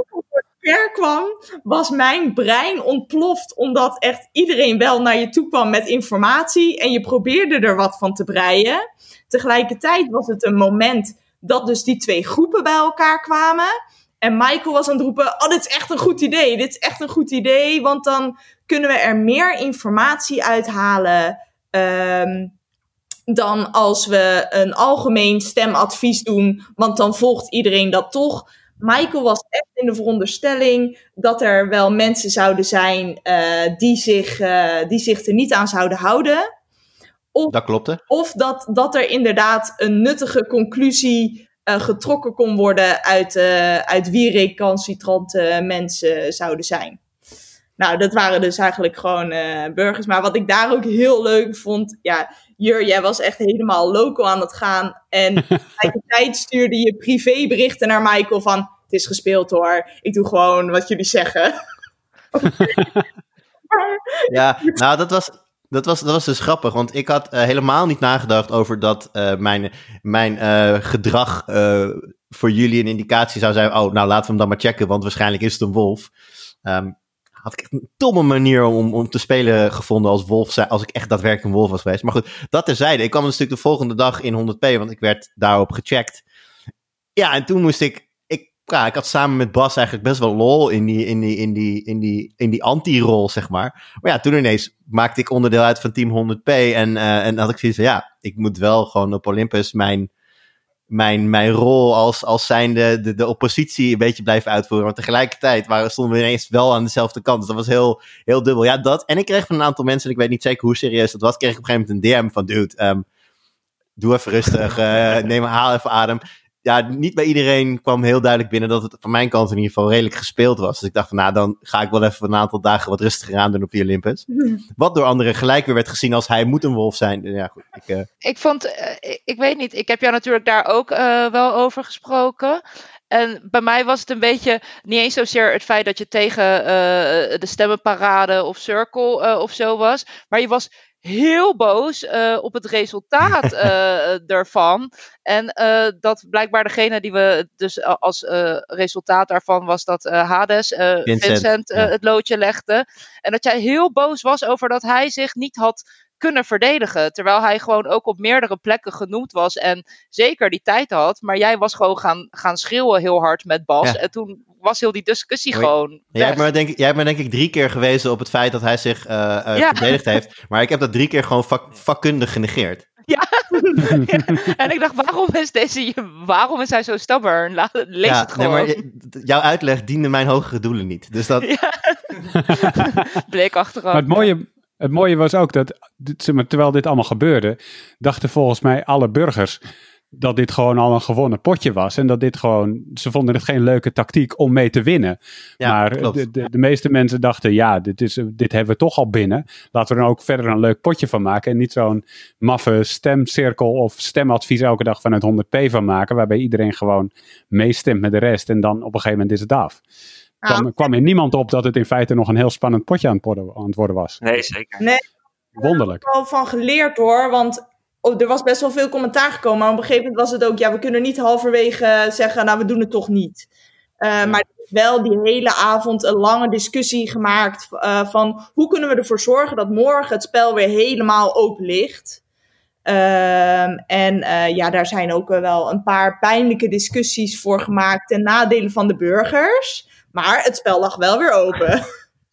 ver kwam, was mijn brein ontploft, omdat echt iedereen wel naar je toe kwam met informatie en je probeerde er wat van te breien. Tegelijkertijd was het een moment dat dus die twee groepen bij elkaar kwamen. En Michael was aan het roepen, oh, dit is echt een goed idee. Dit is echt een goed idee, want dan kunnen we er meer informatie uithalen Um, dan als we een algemeen stemadvies doen, want dan volgt iedereen dat toch. Michael was echt in de veronderstelling dat er wel mensen zouden zijn uh, die, zich, uh, die zich er niet aan zouden houden. Of, dat klopte. Of dat, dat er inderdaad een nuttige conclusie uh, getrokken kon worden uit, uh, uit wie recalcitrante mensen zouden zijn. Nou, dat waren dus eigenlijk gewoon uh, burgers. Maar wat ik daar ook heel leuk vond, ja, Jur, jij was echt helemaal loco aan het gaan. En tegelijkertijd stuurde je privéberichten naar Michael van, het is gespeeld hoor, ik doe gewoon wat jullie zeggen. Ja, nou dat was, dat was, dat was dus grappig, want ik had uh, helemaal niet nagedacht over dat uh, mijn, mijn uh, gedrag uh, voor jullie een indicatie zou zijn, oh, nou laten we hem dan maar checken, want waarschijnlijk is het een wolf. Um, had ik echt een domme manier om, om te spelen gevonden als wolf, als ik echt daadwerkelijk een wolf was geweest. Maar goed, dat terzijde. Ik kwam dus natuurlijk de volgende dag in honderd p, want ik werd daarop gecheckt. Ja, en toen moest ik, ik, ja, ik had samen met Bas eigenlijk best wel lol in die, in die, in die, in die, in die anti-rol, zeg maar. Maar ja, toen ineens maakte ik onderdeel uit van team honderd p en, uh, en had ik zoiets van, ja, ik moet wel gewoon op Olympus mijn... Mijn, mijn rol als, als zijnde de, de oppositie een beetje blijven uitvoeren. Want tegelijkertijd waren, stonden we ineens wel aan dezelfde kant. Dus dat was heel, heel dubbel. Ja, dat. En ik kreeg van een aantal mensen, en ik weet niet zeker hoe serieus dat was, kreeg ik op een gegeven moment een D M van, dude, um, doe even rustig, uh, neem, haal even adem. Ja, niet bij iedereen kwam heel duidelijk binnen dat het van mijn kant in ieder geval redelijk gespeeld was. Dus ik dacht van, nou, dan ga ik wel even een aantal dagen wat rustiger aan doen op die Olympus. Hmm. Wat door anderen gelijk weer werd gezien als hij moet een wolf zijn. Ja, goed. Ik, uh... ik vond, uh, ik, ik weet niet, ik heb jou natuurlijk daar ook uh, wel over gesproken. En bij mij was het een beetje, niet eens zozeer het feit dat je tegen uh, de stemmenparade of circle uh, of zo was. Maar je was heel boos uh, op het resultaat uh, ervan. En uh, dat blijkbaar degene die we dus uh, als uh, resultaat daarvan was dat uh, Hades, uh, Vincent, Vincent uh, ja. het loodje legde. En dat jij heel boos was over dat hij zich niet had kunnen verdedigen. Terwijl hij gewoon ook op meerdere plekken genoemd was en zeker die tijd had. Maar jij was gewoon gaan, gaan schreeuwen heel hard met Bas. Ja. En toen was heel die discussie Hoi. gewoon weg. Jij hebt me denk, jij hebt me denk ik drie keer gewezen op het feit dat hij zich uh, uh, ja. verdedigd heeft. Maar ik heb dat drie keer gewoon vak, vakkundig genegeerd. Ja. ja, en ik dacht, waarom is deze, waarom is hij zo stubborn? Laat, lees ja, het gewoon. Nee, maar jouw uitleg diende mijn hogere doelen niet. Dus dat... Ja. Bleek achteraf. Maar het mooie... Het mooie was ook dat, terwijl dit allemaal gebeurde, dachten volgens mij alle burgers dat dit gewoon al een gewonnen potje was. En dat dit gewoon, ze vonden het geen leuke tactiek om mee te winnen. Ja, maar de, de, de meeste mensen dachten, ja, dit, is, dit hebben we toch al binnen. Laten we er ook verder een leuk potje van maken. En niet zo'n maffe stemcirkel of stemadvies elke dag vanuit honderd p van maken. Waarbij iedereen gewoon meestemt met de rest. En dan op een gegeven moment is het af. kwam, ah. kwam er niemand op dat het in feite nog een heel spannend potje aan het worden, aan het worden was. Nee, zeker. Nee, wonderlijk. Ik heb er wel van geleerd hoor, want oh, er was best wel veel commentaar gekomen, maar op een gegeven moment was het ook, ja, we kunnen niet halverwege zeggen, nou, we doen het toch niet. Uh, ja. Maar er is wel die hele avond een lange discussie gemaakt uh, van hoe kunnen we ervoor zorgen dat morgen het spel weer helemaal open ligt. Uh, en uh, ja, daar zijn ook wel een paar pijnlijke discussies voor gemaakt ten nadele van de burgers. Maar het spel lag wel weer open.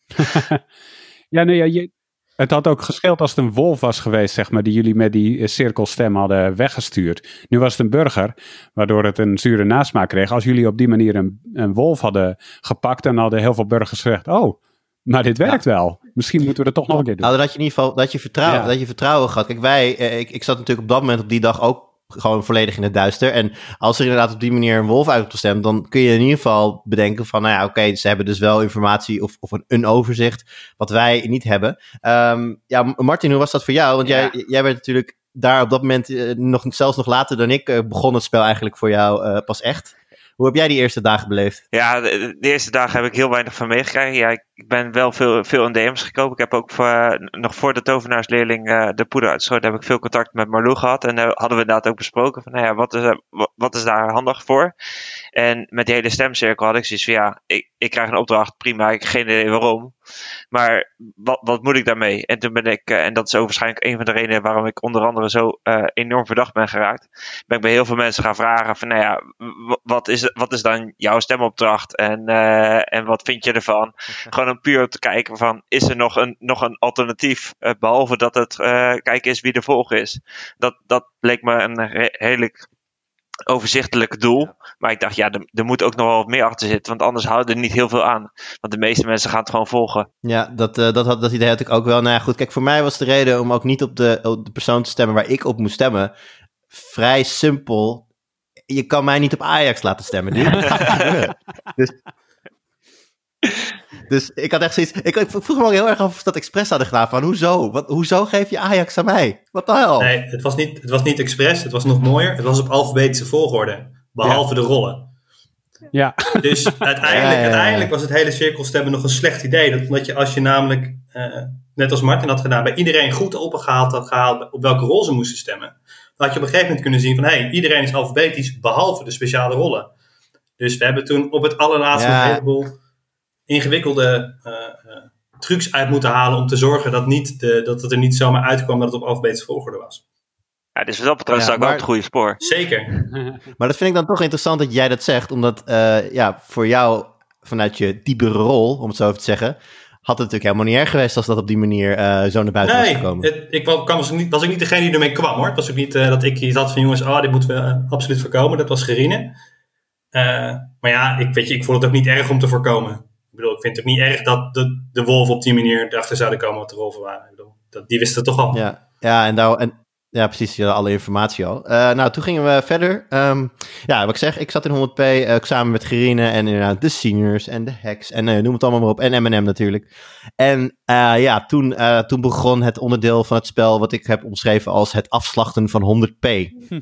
ja, nee, ja, je, het had ook gescheeld als het een wolf was geweest, zeg maar, die jullie met die uh, cirkelstem hadden weggestuurd. Nu was het een burger, waardoor het een zure nasmaak kreeg. Als jullie op die manier een, een wolf hadden gepakt, dan hadden heel veel burgers gezegd, oh, maar dit werkt ja. wel. Misschien moeten we dat toch nog een keer doen. Nou, dat je in ieder geval dat je vertrouwen, ja. dat je vertrouwen gehad. Kijk, wij, eh, ik, ik zat natuurlijk op dat moment op die dag ook gewoon volledig in het duister. En als er inderdaad op die manier een wolf uit op te stemmen, dan kun je in ieder geval bedenken van, nou ja, oké, okay, ze hebben dus wel informatie of, of een, een overzicht wat wij niet hebben. Um, ja, Martin, hoe was dat voor jou? Want ja. jij, jij werd natuurlijk daar op dat moment, uh, nog, zelfs nog later dan ik, uh, begon het spel eigenlijk voor jou uh, pas echt. Hoe heb jij die eerste dagen beleefd? Ja, de, de eerste dagen heb ik heel weinig van meegekregen. Ja, ik, ik ben wel veel, veel in D M's gekomen. Ik heb ook voor, nog voor de tovenaarsleerling uh, de poeder uitgeschoten, heb ik veel contact met Marlou gehad. En uh, hadden we inderdaad ook besproken van, nou ja, wat is, uh, wat is daar handig voor? En met die hele stemcirkel had ik zoiets van ja, ik, ik krijg een opdracht, prima, ik heb geen idee waarom. Maar wat, wat moet ik daarmee? En toen ben ik, uh, en dat is ook waarschijnlijk een van de redenen waarom ik onder andere zo uh, enorm verdacht ben geraakt. Ben ik bij heel veel mensen gaan vragen van nou ja, w- wat, is, wat is dan jouw stemopdracht? En, uh, en wat vind je ervan? Gewoon om puur te kijken van, is er nog een, nog een alternatief? Uh, behalve dat het uh, kijken is wie de volger is. Dat, dat bleek me een re- redelijk overzichtelijk doel. Maar ik dacht, ja, er, er moet ook nog wel wat meer achter zitten. Want anders houden er niet heel veel aan. Want de meeste mensen gaan het gewoon volgen. Ja, dat, uh, dat, had, dat idee had ik ook wel. Nou ja, goed, kijk, voor mij was de reden om ook niet op de, op de persoon te stemmen waar ik op moest stemmen. Vrij simpel. Je kan mij niet op Ajax laten stemmen. dus, dus ik had echt zoiets... Ik, ik vroeg me ook heel erg af of dat expres hadden gedaan. Van, hoezo? Wat, hoezo geef je Ajax aan mij? Wat de hel? Nee, het was niet, het was niet expres. Het was nog mooier. Het was op alfabetische volgorde. Behalve ja. de rollen. Ja. Dus uiteindelijk, ja, ja, ja. uiteindelijk was het hele cirkelstemmen nog een slecht idee. Dat, omdat je als je namelijk, uh, net als Martin had gedaan, bij iedereen goed opgehaald had gehaald op welke rol ze moesten stemmen. Dan had je op een gegeven moment kunnen zien van, hé, hey, iedereen is alfabetisch behalve de speciale rollen. Dus we hebben toen op het allerlaatste ja. een heleboel ingewikkelde uh, uh, trucs uit moeten halen om te zorgen dat, niet de, dat het er niet zomaar uitkwam dat het op alfabetische volgorde was. Ja, dus wat dat betreft sta ik wel op het goede spoor. Zeker. Maar dat vind ik dan toch interessant dat jij dat zegt, omdat uh, ja, voor jou, vanuit je diepere rol, om het zo even te zeggen, had het natuurlijk helemaal niet erg geweest als dat op die manier uh, zo naar buiten nee, was gekomen. Nee, ik was, was, niet, was ik niet degene die ermee kwam, hoor. Het was ook niet uh, dat ik iets had van, jongens, oh, dit moeten we uh, absoluut voorkomen. Dat was Gerine. Uh, maar ja, ik, weet je, ik vond het ook niet erg om te voorkomen. Ik bedoel, ik vind het ook niet erg dat de, de wolven op die manier erachter zouden komen wat de wolven waren. Ik bedoel, dat, die wisten het toch al. Ja, ja en daar... En... Ja, precies. Je had alle informatie al. Uh, nou, toen gingen we verder. Um, ja, wat ik zeg, ik zat in honderd p uh, samen met Gerine en inderdaad de seniors en de hacks en uh, noem het allemaal maar op. En M en M natuurlijk. En uh, ja, toen, uh, toen begon het onderdeel van het spel wat ik heb omschreven als het afslachten van honderd p.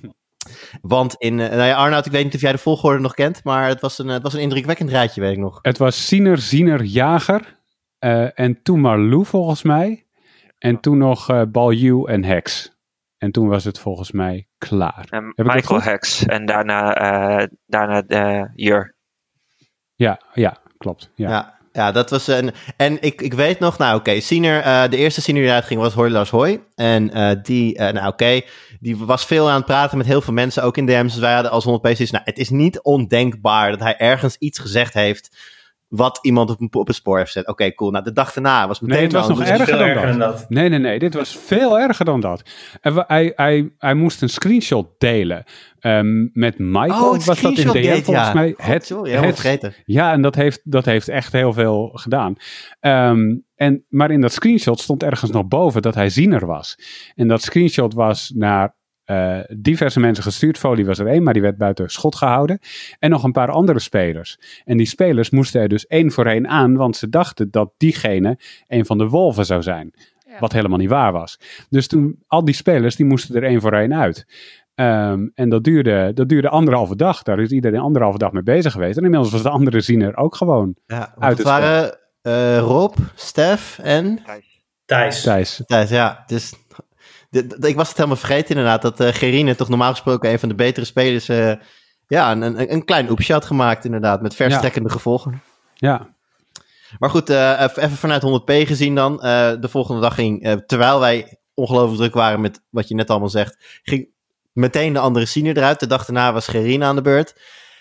Want in, uh, nou ja, Arnoud, ik weet niet of jij de volgorde nog kent, maar het was een, het was een indrukwekkend rijtje, weet ik nog. Het was Siener, Ziener, Jager uh, en toen Marlou volgens mij. En toen nog uh, Baljuw en Hex. En toen was het volgens mij klaar. En Michael Hex en daarna, uh, daarna uh, Jur. Ja, ja, klopt. Ja, ja, ja dat was een... En ik, ik weet nog, nou oké, okay, senior, uh, de eerste senior die uitging was Hoi Lars Hoi. En uh, die, uh, nou oké, okay, die was veel aan het praten met heel veel mensen, ook in D M's. Dus wij hadden als honderd P's, nou het is niet ondenkbaar dat hij ergens iets gezegd heeft wat iemand op een, op een spoor heeft gezet. Oké, okay, cool. Nou, de dag daarna was meteen... Nee, het was nog erger, dan, erger dat. dan dat. Nee, nee, nee. Dit was veel erger dan dat. En we, hij, hij, hij moest een screenshot delen. Um, met Michael oh, was dat in D M volgens ja. mij. God, het, sorry, helemaal het, vergeten. Ja, en dat heeft, dat heeft echt heel veel gedaan. Um, en, maar in dat screenshot stond ergens nog boven dat hij ziener was. En dat screenshot was naar... Uh, diverse mensen gestuurd. Folie was er één, maar die werd buiten schot gehouden. En nog een paar andere spelers. En die spelers moesten er dus één voor één aan, want ze dachten dat diegene een van de wolven zou zijn. Ja. Wat helemaal niet waar was. Dus toen, al die spelers, die moesten er één voor één uit. Um, en dat duurde, dat duurde anderhalve dag. Daar is iedereen anderhalve dag mee bezig geweest. En inmiddels was de andere ziener ook gewoon ja, uit het waren uh, Rob, Stef en... Thijs. Thijs. Thijs, ja. Dus... De, de, ik was het helemaal vergeten inderdaad, dat uh, Gerine toch normaal gesproken een van de betere spelers, uh, ja, een, een, een klein oepsje had gemaakt inderdaad, met verstrekkende ja. gevolgen. Ja. Maar goed, uh, even vanuit honderd p gezien dan, uh, de volgende dag ging, uh, terwijl wij ongelooflijk druk waren met wat je net allemaal zegt, ging meteen de andere senior eruit. De dag daarna was Gerine aan de beurt.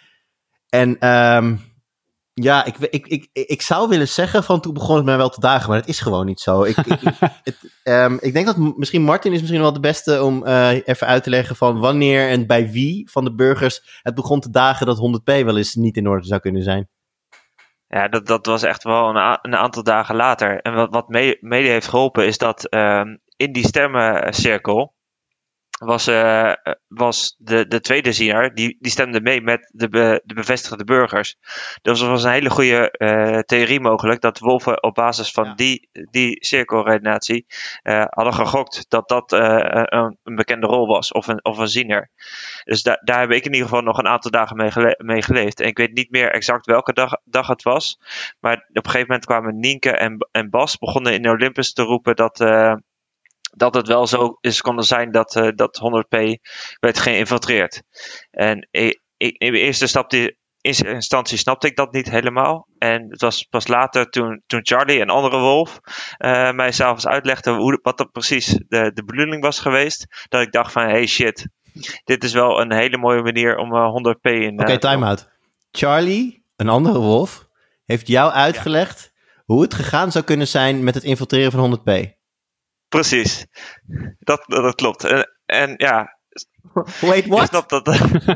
En... Um, Ja, ik, ik, ik, ik zou willen zeggen van toen begon het mij wel te dagen, maar dat is gewoon niet zo. Ik, ik, het, um, ik denk dat m- misschien Martin is misschien wel de beste om uh, even uit te leggen van wanneer en bij wie van de burgers het begon te dagen dat honderd p wel eens niet in orde zou kunnen zijn. Ja, dat, dat was echt wel een, a- een aantal dagen later. En wat, wat mee, mede heeft geholpen is dat um, in die stemmencirkel was, uh, was de, de tweede ziener, die, die stemde mee met de, be, de bevestigde burgers. Dus er was een hele goede uh, theorie mogelijk dat de wolven op basis van ja. die, die cirkelredenatie uh, hadden gegokt dat dat uh, een, een bekende rol was, of een, of een ziener. Dus da, daar heb ik in ieder geval nog een aantal dagen mee, gele, mee geleefd. En ik weet niet meer exact welke dag, dag het was, maar op een gegeven moment kwamen Nienke en, en Bas begonnen in Olympus te roepen dat... Uh, dat het wel zo is konden zijn dat, uh, dat honderd p werd geïnfiltreerd. En ik, ik, in de eerste stap die, eerste instantie snapte ik dat niet helemaal. En het was pas later toen, toen Charlie, een andere wolf, uh, mij s'avonds uitlegde hoe, wat dat precies de, de bedoeling was geweest. Dat ik dacht van, hey shit, dit is wel een hele mooie manier om uh, honderd p in... Oké, okay, uh, time-out. Charlie, een andere wolf, heeft jou uitgelegd ja. hoe het gegaan zou kunnen zijn met het infiltreren van honderd p. Precies. Dat, dat klopt. En, en ja... Wait, what? Ik snap dat...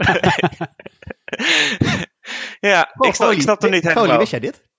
ja, oh, ik, snap, ik snap het niet helemaal. Foley, wist jij dit?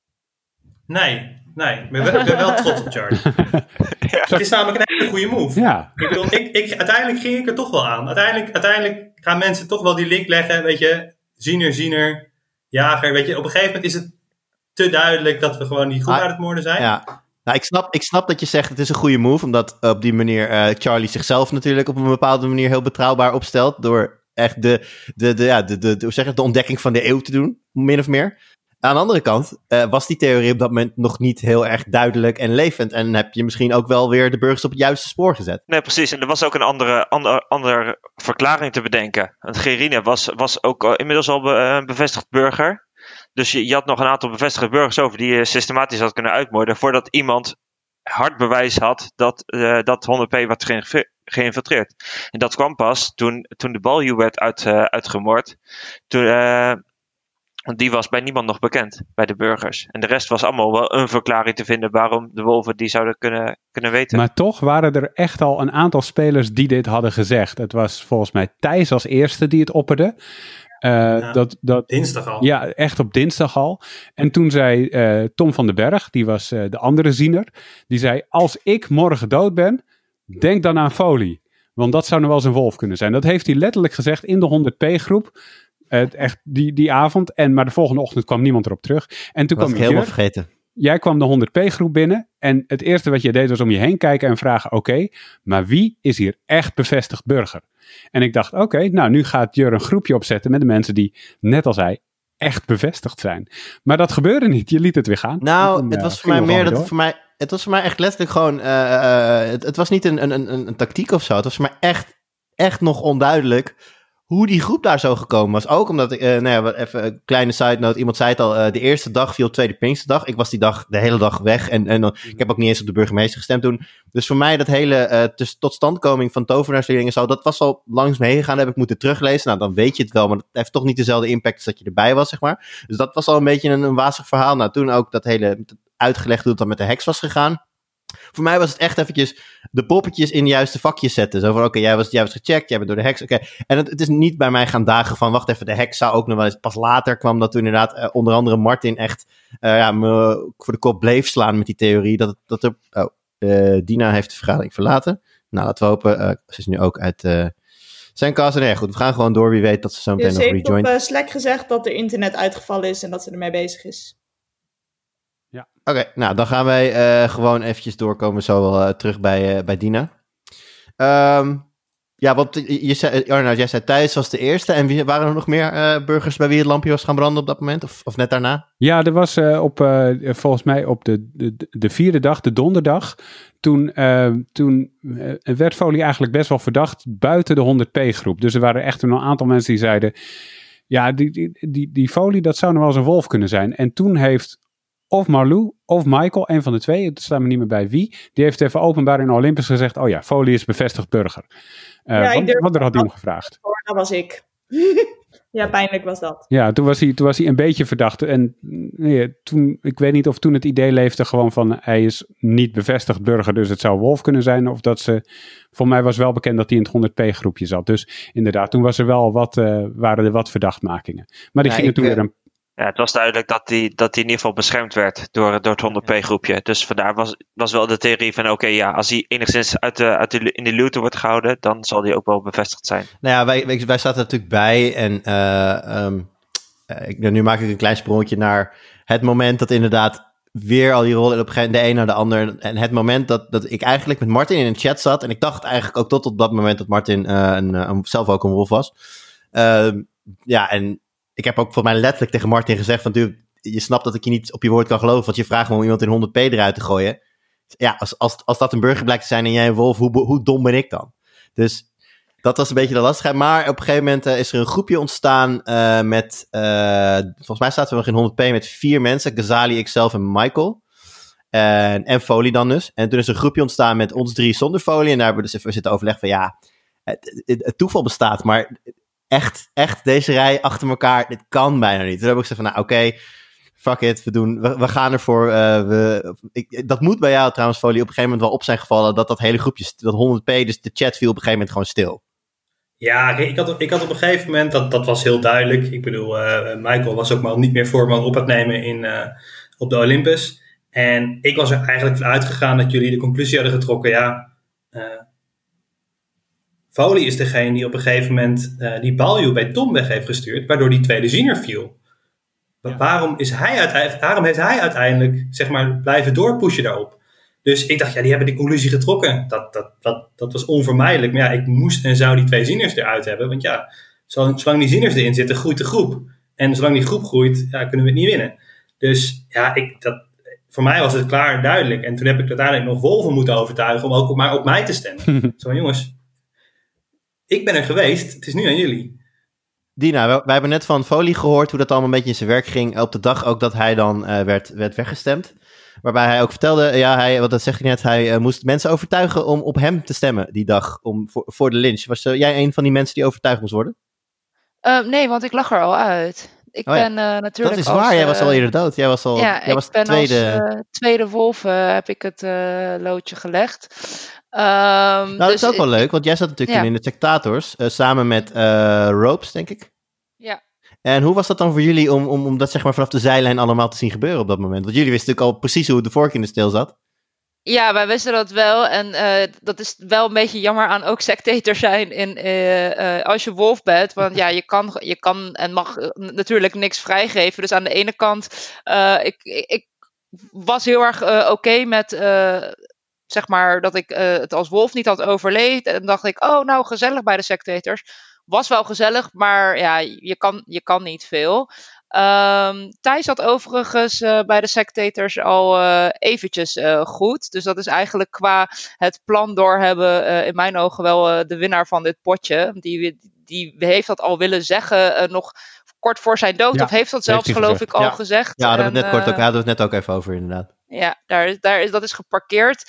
Nee, nee. Ik ben, ben wel trots op Charlie. ja. Het is namelijk een hele goede move. Ja. Ik bedoel, ik, ik, uiteindelijk ging ik er toch wel aan. Uiteindelijk, uiteindelijk gaan mensen toch wel die link leggen, weet je. Ziener, ziener, jager, weet je. Op een gegeven moment is het te duidelijk dat we gewoon die groep ah, uit het moorden zijn. Ja. Nou, ik snap, ik snap dat je zegt het is een goede move, omdat op die manier uh, Charlie zichzelf natuurlijk op een bepaalde manier heel betrouwbaar opstelt, door echt de, de, de, ja, de, de, de, hoe zeg je, de ontdekking van de eeuw te doen, min of meer. Aan de andere kant uh, was die theorie op dat moment nog niet heel erg duidelijk en levend, en heb je misschien ook wel weer de burgers op het juiste spoor gezet. Nee, precies. En er was ook een andere, andere, andere verklaring te bedenken. Want Gerine was, was ook al, inmiddels al be, een bevestigd burger. Dus je, je had nog een aantal bevestigde burgers over die je systematisch had kunnen uitmoorden voordat iemand hard bewijs had dat, uh, dat honderd p werd ge- geïnfiltreerd. En dat kwam pas toen, toen de baljuw werd uit, uh, uitgemoord. Toen, uh, die was bij niemand nog bekend, bij de burgers. En de rest was allemaal wel een verklaring te vinden waarom de wolven die zouden kunnen, kunnen weten. Maar toch waren er echt al een aantal spelers die dit hadden gezegd. Het was volgens mij Thijs als eerste die het opperde. Uh, ja, dat, dat, dinsdag al. Ja, echt op dinsdag al. En toen zei uh, Tom van den Berg, die was uh, de andere ziener, die zei, als ik morgen dood ben, denk dan aan Foley. Want dat zou nog wel eens een wolf kunnen zijn. Dat heeft hij letterlijk gezegd in de honderd p groep. Uh, echt die, die avond. En, maar de volgende ochtend kwam niemand erop terug. En toen was kwam ik helemaal Jur, vergeten. Jij kwam de honderd p groep binnen. En het eerste wat je deed was om je heen kijken en vragen, oké, okay, maar wie is hier echt bevestigd burger? En ik dacht, oké, okay, nou nu gaat Jur een groepje opzetten met de mensen die, net als hij, echt bevestigd zijn. Maar dat gebeurde niet. Je liet het weer gaan. Nou, toen, het uh, was voor mij meer dat het voor mij, het was voor mij echt letterlijk gewoon, uh, uh, het, het was niet een, een, een, een tactiek of zo. Het was voor mij echt, echt nog onduidelijk hoe die groep daar zo gekomen was. Ook omdat, ik, uh, nou ja, even een kleine side note. Iemand zei het al, uh, de eerste dag viel tweede Pinksterdag. Ik was die dag de hele dag weg. En, en uh, ik heb ook niet eens op de burgemeester gestemd toen. Dus voor mij dat hele uh, tus, totstandkoming van tovenaarsleerlingen zo, dat was al langs me heen gegaan. Dat heb ik moeten teruglezen. Nou, dan weet je het wel. Maar dat heeft toch niet dezelfde impact als dat je erbij was, zeg maar. Dus dat was al een beetje een, een wazig verhaal. Nou, toen ook dat hele uitgelegd hoe het dan met de heks was gegaan. Voor mij was het echt eventjes de poppetjes in de juiste vakjes zetten. Zo van, oké, okay, jij, was, jij was gecheckt, jij bent door de heks. Oké. Okay. En het, het is niet bij mij gaan dagen van, wacht even, de heks zou ook nog wel eens. Pas later kwam dat toen inderdaad uh, onder andere Martin echt uh, ja, me voor de kop bleef slaan met die theorie. Dat, dat er, oh, uh, Dina heeft de vergadering verlaten. Nou, laten we hopen. Uh, ze is nu ook uit uh, zijn kast. Nee, goed, we gaan gewoon door. Wie weet dat ze zo meteen dus nog rejoint. Ze heeft op uh, Slack gezegd dat er internet uitgevallen is en dat ze ermee bezig is. Ja. Oké, okay, nou dan gaan wij uh, gewoon eventjes doorkomen zo wel uh, terug bij, uh, bij Dina. Um, ja, want je zei, Arnoud, jij zei Thijs was de eerste. En wie, waren er nog meer uh, burgers bij wie het lampje was gaan branden op dat moment? Of, of net daarna? Ja, er was uh, op, uh, volgens mij op de, de, de vierde dag, de donderdag. Toen, uh, toen uh, werd Foley eigenlijk best wel verdacht buiten de honderd p groep. Dus er waren echt een aantal mensen die zeiden, ja, die, die, die, die Foley, dat zou nog wel eens een wolf kunnen zijn. En toen heeft of Marlou of Michael, een van de twee, het staat me niet meer bij wie, die heeft even openbaar in Olympus gezegd, oh ja, Foley is bevestigd burger. Uh, ja, want, want er had hij hem gevraagd. Dat was ik. Ja, pijnlijk was dat. Ja, toen was hij, toen was hij een beetje verdacht. En nee, toen, ik weet niet of toen het idee leefde gewoon van, hij is niet bevestigd burger, dus het zou wolf kunnen zijn. Of dat ze, voor mij was wel bekend dat hij in het honderd p groepje zat. Dus inderdaad, toen was er wel wat, uh, waren er wat verdachtmakingen. Maar die ja, gingen toen weer een Ja, het was duidelijk dat hij dat in ieder geval beschermd werd door, door het honderd p groepje. Dus vandaar was, was wel de theorie van oké, okay, ja, als hij enigszins uit de, uit de, in de luwte wordt gehouden, dan zal hij ook wel bevestigd zijn. Nou ja, wij, wij, wij zaten er natuurlijk bij en uh, um, uh, nu maak ik een klein sprongetje naar het moment dat inderdaad weer al die rollen op de een naar de ander. En het moment dat, dat ik eigenlijk met Martin in een chat zat en ik dacht eigenlijk ook tot op dat moment dat Martin uh, een, een, zelf ook een wolf was. Uh, ja, en ik heb ook volgens mij letterlijk tegen Martin gezegd van, dude, je snapt dat ik je niet op je woord kan geloven, want je vraagt me om iemand in honderd p eruit te gooien. Ja, als, als, als dat een burger blijkt te zijn en jij een wolf, hoe, hoe dom ben ik dan? Dus Dat was een beetje de lastigheid. Maar op een gegeven moment uh, is er een groepje ontstaan uh, met... Uh, volgens mij zaten we nog in honderd p met vier mensen. Ghazali, ikzelf en Michael. En, en Folie dan dus. En toen is er een groepje ontstaan met ons drie zonder Folie. En daar hebben we dus even zitten overleggen van ja... Het, het, het toeval bestaat, maar echt, echt deze rij achter elkaar, dit kan bijna niet. Toen heb ik gezegd van nou oké, okay, fuck it, we, doen, we, we gaan ervoor. Uh, we, ik, dat moet bij jou trouwens, Folie, op een gegeven moment wel op zijn gevallen dat dat hele groepje, dat honderd p, dus de chat viel op een gegeven moment gewoon stil. Ja, ik had, ik had op een gegeven moment, dat, dat was heel duidelijk. Ik bedoel, uh, Michael was ook maar niet meer voorman op het nemen in, uh, op de Olympus. En ik was er eigenlijk van uitgegaan dat jullie de conclusie hadden getrokken, ja... Uh, Folie is degene die op een gegeven moment uh, die baljoe bij Tom weg heeft gestuurd, waardoor die tweede ziener viel. Ja. Waarom, is hij uiteindelijk, waarom heeft hij uiteindelijk zeg maar, blijven doorpushen daarop? Dus ik dacht, ja, die hebben die conclusie getrokken. Dat, dat, dat, dat was onvermijdelijk. Maar ja, ik moest en zou die twee zieners eruit hebben. Want ja, zolang, zolang die zieners erin zitten, groeit de groep. En zolang die groep groeit, ja, kunnen we het niet winnen. Dus ja, ik, dat, voor mij was het klaar en duidelijk. En toen heb ik uiteindelijk nog Wolven moeten overtuigen om ook maar op mij te stemmen. Zo, jongens... Ik ben er geweest, het is nu aan jullie. Dina, wij, wij hebben net van Folie gehoord hoe dat allemaal een beetje in zijn werk ging. Op de dag ook dat hij dan uh, werd, werd weggestemd. Waarbij hij ook vertelde, ja, hij, wat dat zeg ik net, hij uh, moest mensen overtuigen om op hem te stemmen die dag om, voor, voor de lynch. Was uh, jij een van die mensen die overtuigd moest worden? Uh, nee, want ik lag er al uit. Ik oh, ja. ben uh, natuurlijk Dat is als, waar, jij uh, was al eerder dood. Jij was al ja, jij ik was ben tweede... als uh, tweede wolf uh, heb ik het uh, loodje gelegd. Um, nou, dat dus is ook wel leuk, want jij zat natuurlijk ja. in de Sectators, uh, samen met uh, Ropes, denk ik. Ja. En hoe was dat dan voor jullie om, om, om dat zeg maar vanaf de zijlijn allemaal te zien gebeuren op dat moment? Want jullie wisten natuurlijk al precies hoe de vork in de steel zat. Ja, wij wisten dat wel. En uh, dat is wel een beetje jammer aan ook sectator zijn in, uh, uh, als je wolf bent. Want ja, je kan, je kan en mag natuurlijk niks vrijgeven. Dus aan de ene kant, uh, ik, ik was heel erg uh, oké okay met... Uh, zeg maar dat ik uh, het als wolf niet had overleefd. En dacht ik, oh nou gezellig bij de sectators. Was wel gezellig, maar ja, je kan, je kan niet veel. Um, Thijs had overigens uh, bij de sectators al uh, eventjes uh, goed. Dus dat is eigenlijk qua het plan doorhebben uh, in mijn ogen wel uh, de winnaar van dit potje. Die, die heeft dat al willen zeggen uh, nog kort voor zijn dood. Ja, of heeft dat zelfs heeft geloof gezegd. ik al ja. gezegd. Ja, daar hadden we het net, kort ook, hadden we het net ook even over inderdaad. Ja, daar, daar is, dat is geparkeerd.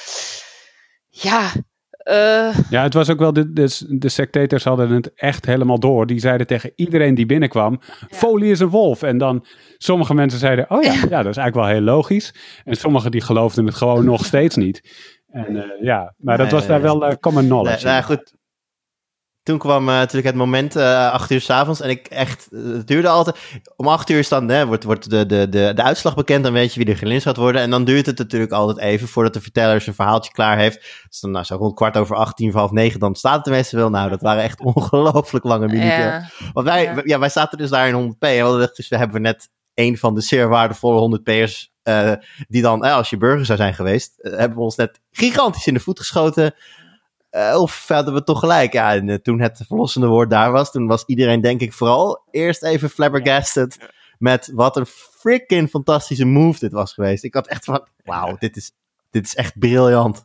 Ja... Uh... Ja, het was ook wel, de, de, de sectators hadden het echt helemaal door. Die zeiden tegen iedereen die binnenkwam, ja. Folie is een wolf. En dan, sommige mensen zeiden, oh ja, ja, dat is eigenlijk wel heel logisch. En sommigen die geloofden het gewoon nog steeds niet. En uh, ja, maar dat nee, was daar wel uh, common knowledge. Nee, nou goed. Toen kwam uh, natuurlijk het moment, uh, acht uur 's avonds. En ik echt, uh, het duurde altijd. Om acht uur is dan, hè, wordt, wordt de, de, de, de uitslag bekend. Dan weet je wie er gelinst gaat worden. En dan duurt het natuurlijk altijd even voordat de verteller zijn verhaaltje klaar heeft. Dus dan nou, zo rond kwart over acht, tien voor half negen. Dan staat het de meeste wel. Nou, dat waren echt ongelooflijk lange minuten. Ja. Want wij, ja. Ja, wij zaten dus daar in honderd p. En dus we hebben net een van de zeer waardevolle honderd p'ers. Uh, die dan, uh, als je burger zou zijn geweest. Uh, hebben we ons net gigantisch in de voet geschoten. Uh, of hadden we toch gelijk? Ja, en uh, toen het verlossende woord daar was, toen was iedereen denk ik vooral eerst even flabbergasted ja. met wat een freaking fantastische move dit was geweest. Ik had echt van, wauw, dit is, dit is echt briljant.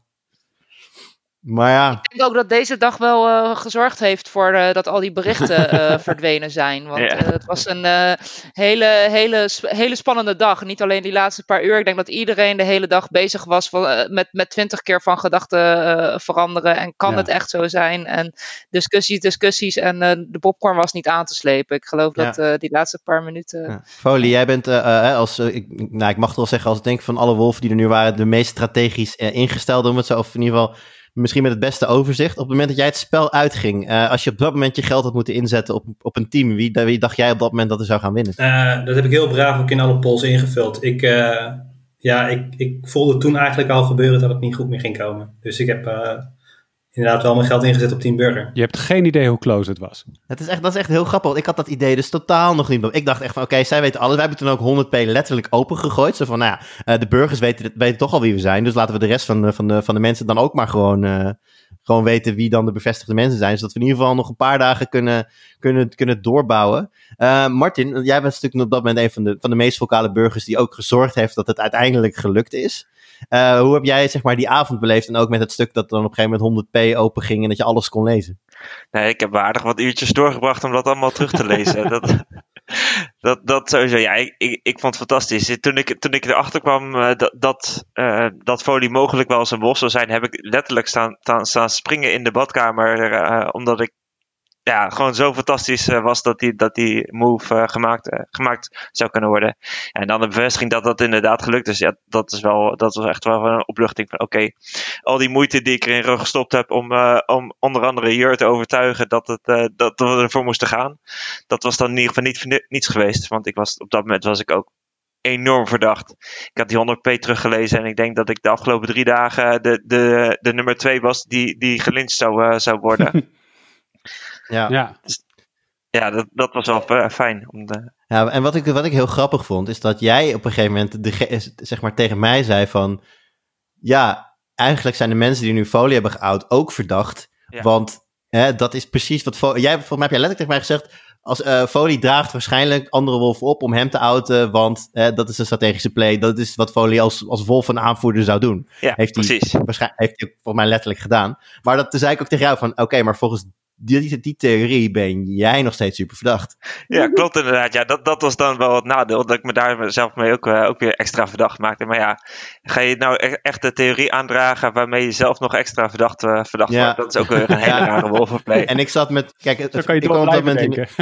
Maar ja. Ik denk ook dat deze dag wel uh, gezorgd heeft voor uh, dat al die berichten uh, verdwenen zijn. Want ja. uh, het was een uh, hele, hele, hele spannende dag. Niet alleen die laatste paar uur. Ik denk dat iedereen de hele dag bezig was van, uh, met, met twintig keer van gedachten uh, veranderen. En kan ja. het echt zo zijn? En discussies, discussies. En uh, de popcorn was niet aan te slepen. Ik geloof ja. dat uh, die laatste paar minuten... Ja. Folie, jij bent uh, uh, als, uh, ik, nou, ik mag het wel zeggen, als ik denk van alle wolven die er nu waren, de meest strategisch uh, ingestelde, om het zo, of in ieder geval misschien met het beste overzicht. Op het moment dat jij het spel uitging, uh, als je op dat moment je geld had moeten inzetten op, op een team, wie, wie dacht jij op dat moment dat er zou gaan winnen? Uh, dat heb ik heel braaf ook in alle polls ingevuld. Ik, uh, ja, ik, ik voelde toen eigenlijk al gebeuren dat het niet goed meer ging komen. Dus ik heb uh, inderdaad wel mijn geld ingezet op Team Burger. Je hebt geen idee hoe close het was. Het is echt, dat is echt heel grappig. Ik had dat idee dus totaal nog niet. Ik dacht echt van, oké, okay, zij weten alles. Wij hebben toen ook honderd p letterlijk opengegooid. Zo van, nou ja, uh, de burgers weten, weten toch al wie we zijn. Dus laten we de rest van de, van de, van de mensen dan ook maar gewoon, uh, gewoon weten wie dan de bevestigde mensen zijn. Zodat we in ieder geval nog een paar dagen kunnen, kunnen, kunnen doorbouwen. Uh, Martin, jij bent natuurlijk op dat moment een van de, van de meest vocale burgers die ook gezorgd heeft dat het uiteindelijk gelukt is. Uh, hoe heb jij zeg maar die avond beleefd en ook met het stuk dat dan op een gegeven moment honderd p open ging en dat je alles kon lezen? Nee, ik heb aardig wat uurtjes doorgebracht om dat allemaal terug te lezen. dat, dat, dat sowieso, ja, ik, ik, ik vond het fantastisch. Toen ik, toen ik erachter kwam uh, dat, dat, uh, dat Foley mogelijk wel eens een wolf zou zijn, heb ik letterlijk staan, staan, staan springen in de badkamer, uh, omdat ik ja, gewoon zo fantastisch uh, was dat die, dat die move uh, gemaakt, uh, gemaakt zou kunnen worden. En dan de bevestiging dat dat inderdaad gelukt is. Ja, dat is wel, dat was echt wel een opluchting van oké, okay, al die moeite die ik erin gestopt heb om, uh, om onder andere Jur te overtuigen dat, het, uh, dat we ervoor moesten gaan. Dat was dan in ieder geval niet niets geweest. Want ik was, op dat moment was ik ook enorm verdacht. Ik had die honderd p teruggelezen en ik denk dat ik de afgelopen drie dagen de, de, de nummer twee was die, die gelyncht zou, uh, zou worden. Ja, ja. Dus, ja dat, dat was wel uh, fijn. Om de... ja, en wat ik, wat ik heel grappig vond, is dat jij op een gegeven moment de, zeg maar tegen mij zei van, ja, eigenlijk zijn de mensen die nu Foley hebben geout ook verdacht, ja. Want hè, dat is precies wat Foley, jij, volgens mij heb jij letterlijk tegen mij gezegd, als uh, Foley draagt waarschijnlijk andere wolven op om hem te outen, want uh, dat is een strategische play, dat is wat Foley als, als wolf een aanvoerder zou doen. Ja, heeft precies. Hij, waarschijnlijk heeft hij volgens mij letterlijk gedaan. Maar dat zei ik ook tegen jou van, oké, okay, maar volgens Die, die, die theorie ben jij nog steeds super verdacht. Ja, klopt inderdaad. Ja, dat, dat was dan wel het nadeel. Dat ik me daar zelf mee ook, uh, ook weer extra verdacht maakte. Maar ja, ga je nou e- echt de theorie aandragen waarmee je zelf nog extra verdacht, uh, verdacht ja. wordt? Dat is ook weer een hele ja. rare wolvenplay. En ik zat met... Kijk, het, Zo kan je ik, toch kwam blijven in, denken.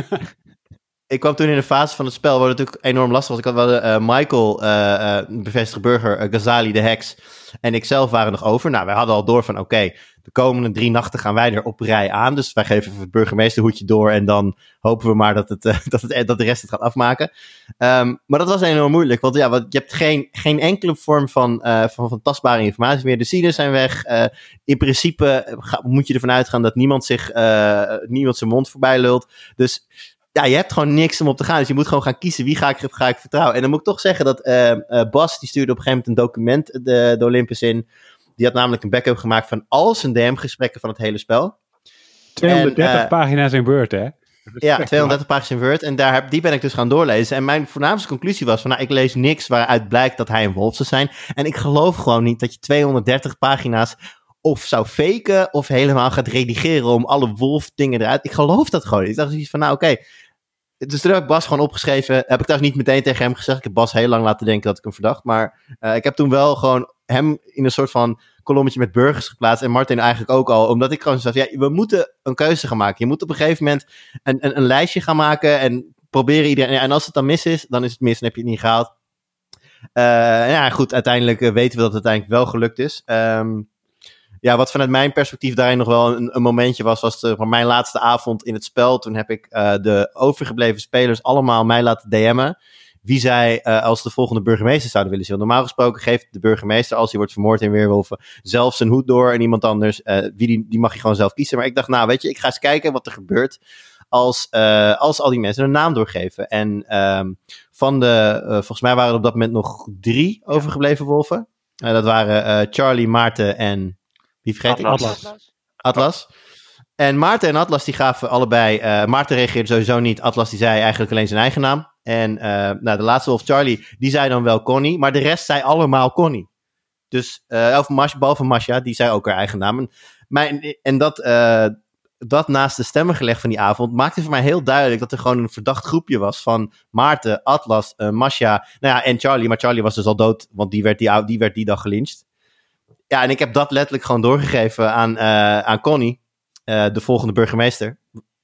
ik kwam toen in een fase van het spel waar het natuurlijk enorm lastig was. Ik had wel uh, Michael, uh, uh, bevestigde burger, uh, Ghazali, de heks, en ik zelf waren nog over. Nou, wij hadden al door van oké, okay, de komende drie nachten gaan wij er op rij aan. Dus wij geven het burgemeesterhoedje door en dan hopen we maar dat, het, uh, dat, het, dat de rest het gaat afmaken. Um, maar dat was enorm moeilijk, want ja, want je hebt geen, geen enkele vorm van, uh, van, van tastbare informatie meer. De seeders zijn weg. Uh, in principe ga, moet je ervan uitgaan dat niemand, zich, uh, niemand zijn mond voorbij lult. Dus ja, je hebt gewoon niks om op te gaan. Dus je moet gewoon gaan kiezen wie ga ik, ga ik vertrouwen. En dan moet ik toch zeggen dat uh, uh, Bas, die stuurde op een gegeven moment een document de, de Olympus in. Die had namelijk een backup gemaakt van al zijn D M-gesprekken van het hele spel. tweehonderddertig en, uh, pagina's in Word, hè? Ja, tweehonderddertig pagina's in Word. En daar heb, die ben ik dus gaan doorlezen. En mijn voornaamste conclusie was van, nou, ik lees niks waaruit blijkt dat hij een wolf zou zijn. En ik geloof gewoon niet dat je tweehonderddertig pagina's of zou faken of helemaal gaat redigeren om alle wolf dingen eruit. Ik geloof dat gewoon niet. Ik dacht zoiets van, nou oké. Okay. Dus toen heb ik Bas gewoon opgeschreven. Heb ik trouwens niet meteen tegen hem gezegd. Ik heb Bas heel lang laten denken dat ik hem verdacht. Maar uh, ik heb toen wel gewoon hem in een soort van kolommetje met burgers geplaatst. En Martin eigenlijk ook al. Omdat ik gewoon zei, ja, we moeten een keuze gaan maken. Je moet op een gegeven moment een, een, een lijstje gaan maken. En proberen iedereen. En als het dan mis is, dan is het mis. Dan heb je het niet gehaald. Uh, ja, goed. Uiteindelijk uh, weten we dat het uiteindelijk wel gelukt is. Um, Ja, wat vanuit mijn perspectief daarin nog wel een, een momentje was, was de, van mijn laatste avond in het spel. Toen heb ik uh, de overgebleven spelers allemaal mij laten D M'en wie zij uh, als de volgende burgemeester zouden willen zien. Normaal gesproken geeft de burgemeester, als hij wordt vermoord in Weerwolven, zelf zijn hoed door en iemand anders. Uh, wie die, die mag je gewoon zelf kiezen. Maar ik dacht, nou weet je, ik ga eens kijken wat er gebeurt als, uh, als al die mensen een naam doorgeven. En um, van de, uh, volgens mij waren er op dat moment nog drie overgebleven wolven. Uh, dat waren uh, Charlie, Maarten en... Wie vergeet Atlas. ik? Atlas. Atlas. En Maarten en Atlas die gaven allebei... Uh, Maarten reageerde sowieso niet. Atlas die zei eigenlijk alleen zijn eigen naam. En uh, nou, de laatste wolf, Charlie, die zei dan wel Connie. Maar de rest zei allemaal Connie. Dus, uh, of Mas, behalve Masha, die zei ook haar eigen naam. En, mijn, en dat, uh, dat naast de stemmen gelegd van die avond... maakte voor mij heel duidelijk dat er gewoon een verdacht groepje was... van Maarten, Atlas, uh, Masha nou ja, en Charlie. Maar Charlie was dus al dood, want die werd die, die, werd die dag gelyncht. Ja, en ik heb dat letterlijk gewoon doorgegeven aan, uh, aan Connie, uh, de volgende burgemeester.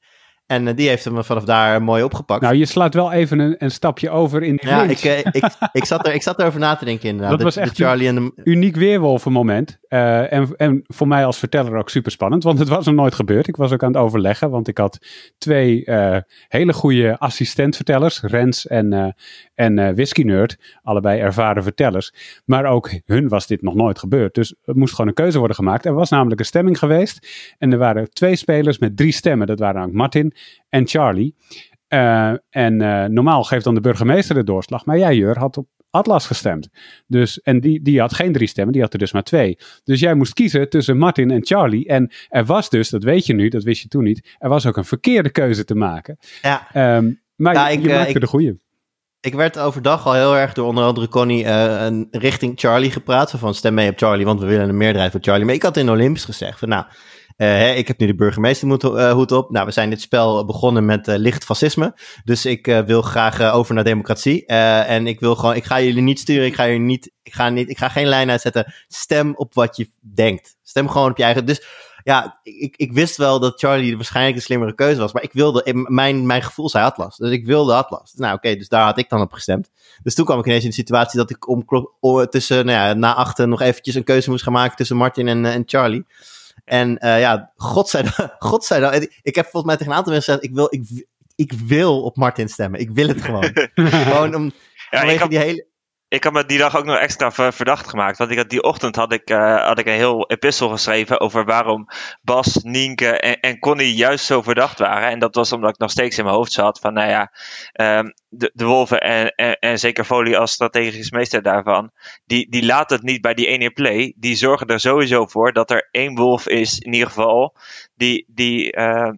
En uh, die heeft hem vanaf daar mooi opgepakt. Nou, je slaat wel even een, een stapje over in die Ja, ik, uh, ik, ik, zat er, ik zat erover na te denken inderdaad. Dat was de, echt de Charlie en de... een uniek weerwolvenmoment. Uh, en, en voor mij als verteller ook super spannend, want het was nog nooit gebeurd. Ik was ook aan het overleggen, want ik had twee uh, hele goede assistentvertellers, Rens en, uh, en uh, Whisky Nerd, allebei ervaren vertellers. Maar ook hun was dit nog nooit gebeurd. Dus er moest gewoon een keuze worden gemaakt. Er was namelijk een stemming geweest en er waren twee spelers met drie stemmen. Dat waren namelijk Martin en Charlie. Uh, en uh, normaal geeft dan de burgemeester de doorslag. Maar jij, Jur, had op Atlas gestemd. Dus, en die, die had geen drie stemmen, die had er dus maar twee. Dus jij moest kiezen tussen Martin en Charlie. En er was dus, dat weet je nu, dat wist je toen niet, er was ook een verkeerde keuze te maken. Ja. Um, maar ja, je, ik, je maakte ik, de goeie. Ik werd overdag al heel erg door onder andere Connie uh, richting Charlie gepraat. Zo van, stem mee op Charlie, want we willen een meerderheid voor Charlie. Maar ik had in Olympus gezegd van, nou, uh, hè, ik heb nu de burgemeesterhoed uh, op. Nou, we zijn dit spel begonnen met uh, licht fascisme. Dus ik uh, wil graag uh, over naar democratie. Uh, en ik wil gewoon, ik ga jullie niet sturen. Ik ga jullie niet, ik ga niet, ik ga geen lijn uitzetten. Stem op wat je denkt. Stem gewoon op je eigen. Dus ja, ik, ik wist wel dat Charlie waarschijnlijk de slimmere keuze was. Maar ik wilde, mijn, mijn gevoel zei Atlas. Dus ik wilde Atlas. Nou oké, okay, dus daar had ik dan op gestemd. Dus toen kwam ik ineens in de situatie dat ik om, om tussen, nou ja, na achten nog eventjes een keuze moest gaan maken tussen Martin en, en Charlie. En uh, ja, godzijdank, godzijdank. Ik heb volgens mij tegen een aantal mensen gezegd, ik wil, ik, ik wil op Martin stemmen. Ik wil het gewoon. Gewoon om, ja, vanwege had... die hele... Ik had me die dag ook nog extra verdacht gemaakt. Want ik had, die ochtend had ik, uh, had ik een heel epistel geschreven over waarom Bas, Nienke en, en Connie juist zo verdacht waren. En dat was omdat ik nog steeds in mijn hoofd zat van, nou ja, um, de, de Wolven en, en, en zeker Foley als strategisch meester daarvan, die, die laten het niet bij die ene play. Die zorgen er sowieso voor dat er één Wolf is, in ieder geval, die, die, uh,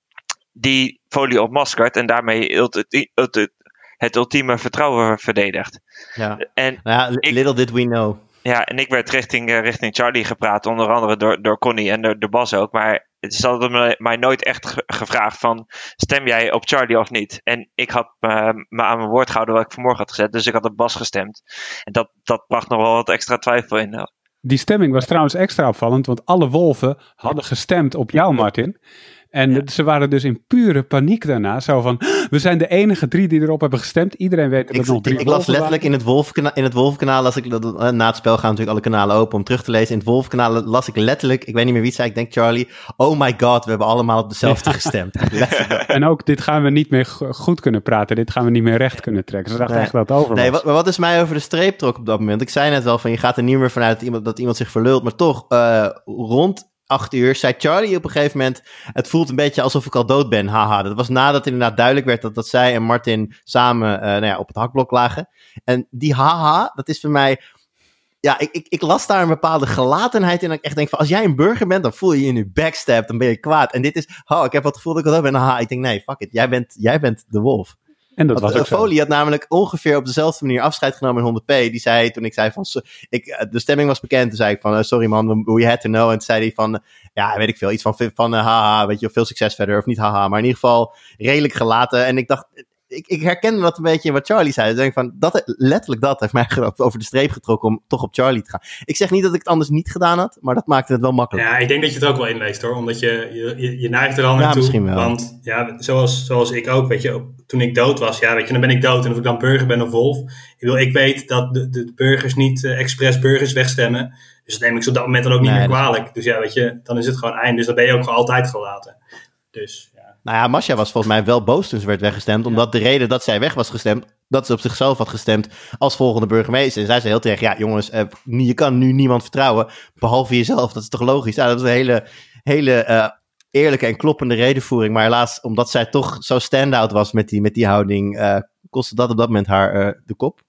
die Foley ontmaskert en daarmee het, het, het, het ultieme vertrouwen verdedigt. Ja. En nou ja, ik, little did we know. Ja, en ik werd richting, uh, richting Charlie gepraat, onder andere door, door Connie en door, door Bas ook. Maar het is altijd me, mij nooit echt ge- gevraagd van, stem jij op Charlie of niet? En ik had uh, me aan mijn woord gehouden wat ik vanmorgen had gezet, dus ik had op Bas gestemd. En dat, dat bracht nog wel wat extra twijfel in. Uh. Die stemming was trouwens extra opvallend, want alle Wolven hadden gestemd op jou, Martin. En ja. Ze waren dus in pure paniek daarna. Zo van, we zijn de enige drie die erop hebben gestemd. Iedereen weet dat er nog drie Ik, ik las letterlijk in het Wolvenkanaal, in het Wolvenkanaal, las ik, uh, na het spel gaan natuurlijk alle kanalen open om terug te lezen. In het Wolvenkanaal las ik letterlijk, ik weet niet meer wie het zei, ik denk Charlie, oh my god, we hebben allemaal op dezelfde gestemd. En ook, dit gaan we niet meer goed kunnen praten, dit gaan we niet meer recht kunnen trekken. Ze dachten nee. echt dat het over was. Nee, wat, maar wat is mij over de streep trok op dat moment? Ik zei net wel van, je gaat er niet meer vanuit dat iemand, dat iemand zich verlult, maar toch, uh, rond acht uur zei Charlie op een gegeven moment, het voelt een beetje alsof ik al dood ben, haha. Dat was nadat inderdaad duidelijk werd dat, dat zij en Martin samen uh, nou ja, op het hakblok lagen. En die haha, dat is voor mij, ja, ik, ik, ik las daar een bepaalde gelatenheid in. Dat ik echt denk van, als jij een burger bent, dan voel je je nu backstabbed, dan ben je kwaad. En dit is, oh, ik heb het gevoel dat ik al dood ben, haha. Ik denk, nee, fuck it, jij bent, jij bent de wolf. En dat was ook zo. Foley had namelijk ongeveer op dezelfde manier afscheid genomen in honderd p. Die zei, toen ik zei van, ik, de stemming was bekend. Toen zei ik van, uh, sorry man, we had to know. En toen zei hij van, uh, ja, weet ik veel, iets van, van uh, haha, weet je, veel succes verder. Of niet haha, maar in ieder geval redelijk gelaten. En ik dacht, ik, ik herkende dat een beetje in wat Charlie zei. Dus ik denk van, dat, letterlijk dat heeft mij over de streep getrokken om toch op Charlie te gaan. Ik zeg niet dat ik het anders niet gedaan had, maar dat maakte het wel makkelijk. Ja, ik denk dat je het ook wel inleest hoor, omdat je, je, je neigt er al naartoe. Ja, misschien wel. Want ja, zoals, zoals ik ook, weet je, toen ik dood was, ja, weet je, dan ben ik dood. En of ik dan burger ben of wolf. Ik, wil, ik weet dat de, de burgers niet uh, expres burgers wegstemmen. Dus dat neem ik ze op dat moment dan ook niet nee, meer kwalijk. Is... Dus ja, weet je, dan is het gewoon eind. Dus dan ben je ook gewoon altijd gelaten. Dus... Nou ja, Masha was volgens mij wel boos toen ze werd weggestemd. Omdat ja. de reden dat zij weg was gestemd, dat ze op zichzelf had gestemd als volgende burgemeester. En zij zei heel terecht, ja jongens, uh, je kan nu niemand vertrouwen, behalve jezelf. Dat is toch logisch? Ja, dat is een hele, hele uh, eerlijke en kloppende redenvoering. Maar helaas, omdat zij toch zo stand-out was met die, met die houding, uh, kostte dat op dat moment haar uh, de kop.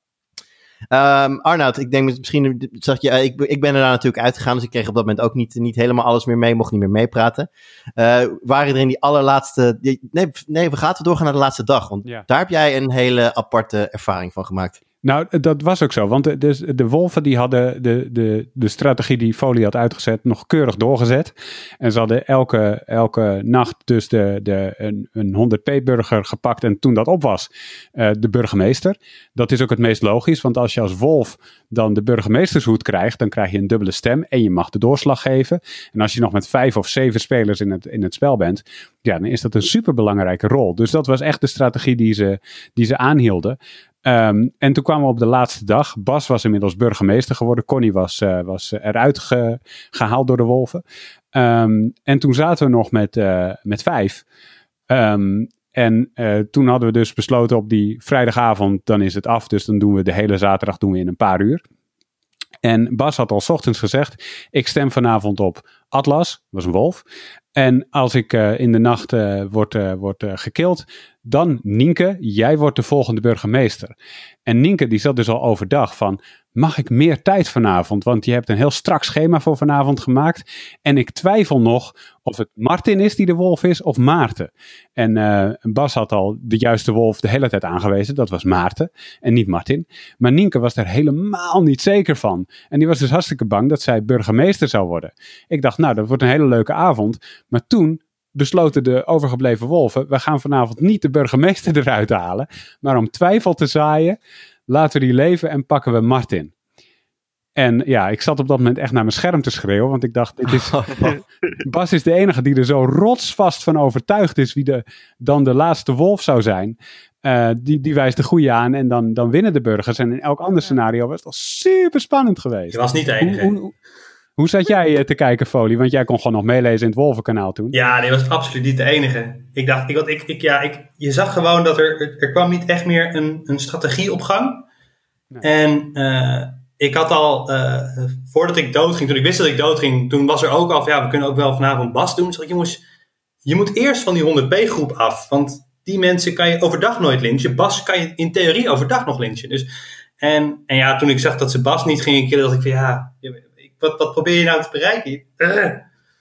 Um, Arnoud, ik denk misschien, zag je, ik, ik ben er daar natuurlijk uitgegaan, dus ik kreeg op dat moment ook niet, niet helemaal alles meer mee, mocht niet meer meepraten. Uh, waren er in die allerlaatste, die, nee, nee, we gaan doorgaan naar de laatste dag, want ja. daar heb jij een hele aparte ervaring van gemaakt. Nou, dat was ook zo, want de, de, de Wolven die hadden de, de, de strategie die Foley had uitgezet nog keurig doorgezet. En ze hadden elke, elke nacht dus de, de, een, een honderd p-burger gepakt en toen dat op was, uh, de burgemeester. Dat is ook het meest logisch, want als je als wolf dan de burgemeestershoed krijgt, dan krijg je een dubbele stem en je mag de doorslag geven. En als je nog met vijf of zeven spelers in het, in het spel bent, ja, dan is dat een superbelangrijke rol. Dus dat was echt de strategie die ze, die ze aanhielden. Um, en toen kwamen we op de laatste dag. Bas was inmiddels burgemeester geworden. Connie was, uh, was eruit ge, gehaald door de Wolven. Um, en toen zaten we nog met, uh, met vijf. Um, en uh, toen hadden we dus besloten op die vrijdagavond, dan is het af. Dus dan doen we de hele zaterdag doen we in een paar uur. En Bas had al 's ochtends gezegd, ik stem vanavond op Atlas, was een wolf. En als ik uh, in de nacht uh, word, uh, word uh, gekild, dan Nienke, jij wordt de volgende burgemeester. En Nienke die zat dus al overdag van, mag ik meer tijd vanavond? Want je hebt een heel strak schema voor vanavond gemaakt. En ik twijfel nog of het Martin is die de wolf is of Maarten. En uh, Bas had al de juiste wolf de hele tijd aangewezen. Dat was Maarten en niet Martin. Maar Nienke was er helemaal niet zeker van. En die was dus hartstikke bang dat zij burgemeester zou worden. Ik dacht, nou, dat wordt een hele leuke avond. Maar toen besloten de overgebleven wolven, we gaan vanavond niet de burgemeester eruit halen, maar om twijfel te zaaien, laten we die leven en pakken we Martin. En ja, ik zat op dat moment echt naar mijn scherm te schreeuwen, want ik dacht, dit is, Bas is de enige die er zo rotsvast van overtuigd is wie de, dan de laatste wolf zou zijn. Uh, die, die wijst de goede aan en dan, dan winnen de burgers. En in elk ander scenario was het al super spannend geweest. Je was niet de enige. Hoe, hoe, hoe zat jij te kijken, Folie? Want jij kon gewoon nog meelezen in het Wolvenkanaal toen. Ja, die was absoluut niet de enige. Ik dacht, ik, ik, ik, ja, ik, je zag gewoon dat er, er kwam niet echt meer een, een strategie op gang. Nee. En uh, ik had al, uh, voordat ik doodging, toen ik wist dat ik doodging, toen was er ook al van, ja, we kunnen ook wel vanavond Bas doen. Dus ik, jongens, je moet eerst van die honderd B groep af. Want die mensen kan je overdag nooit lynchen. Bas kan je in theorie overdag nog lynchen. Dus, en, en ja, toen ik zag dat ze Bas niet gingen killen, dacht ik van, ja, wat, wat probeer je nou te bereiken? Uh.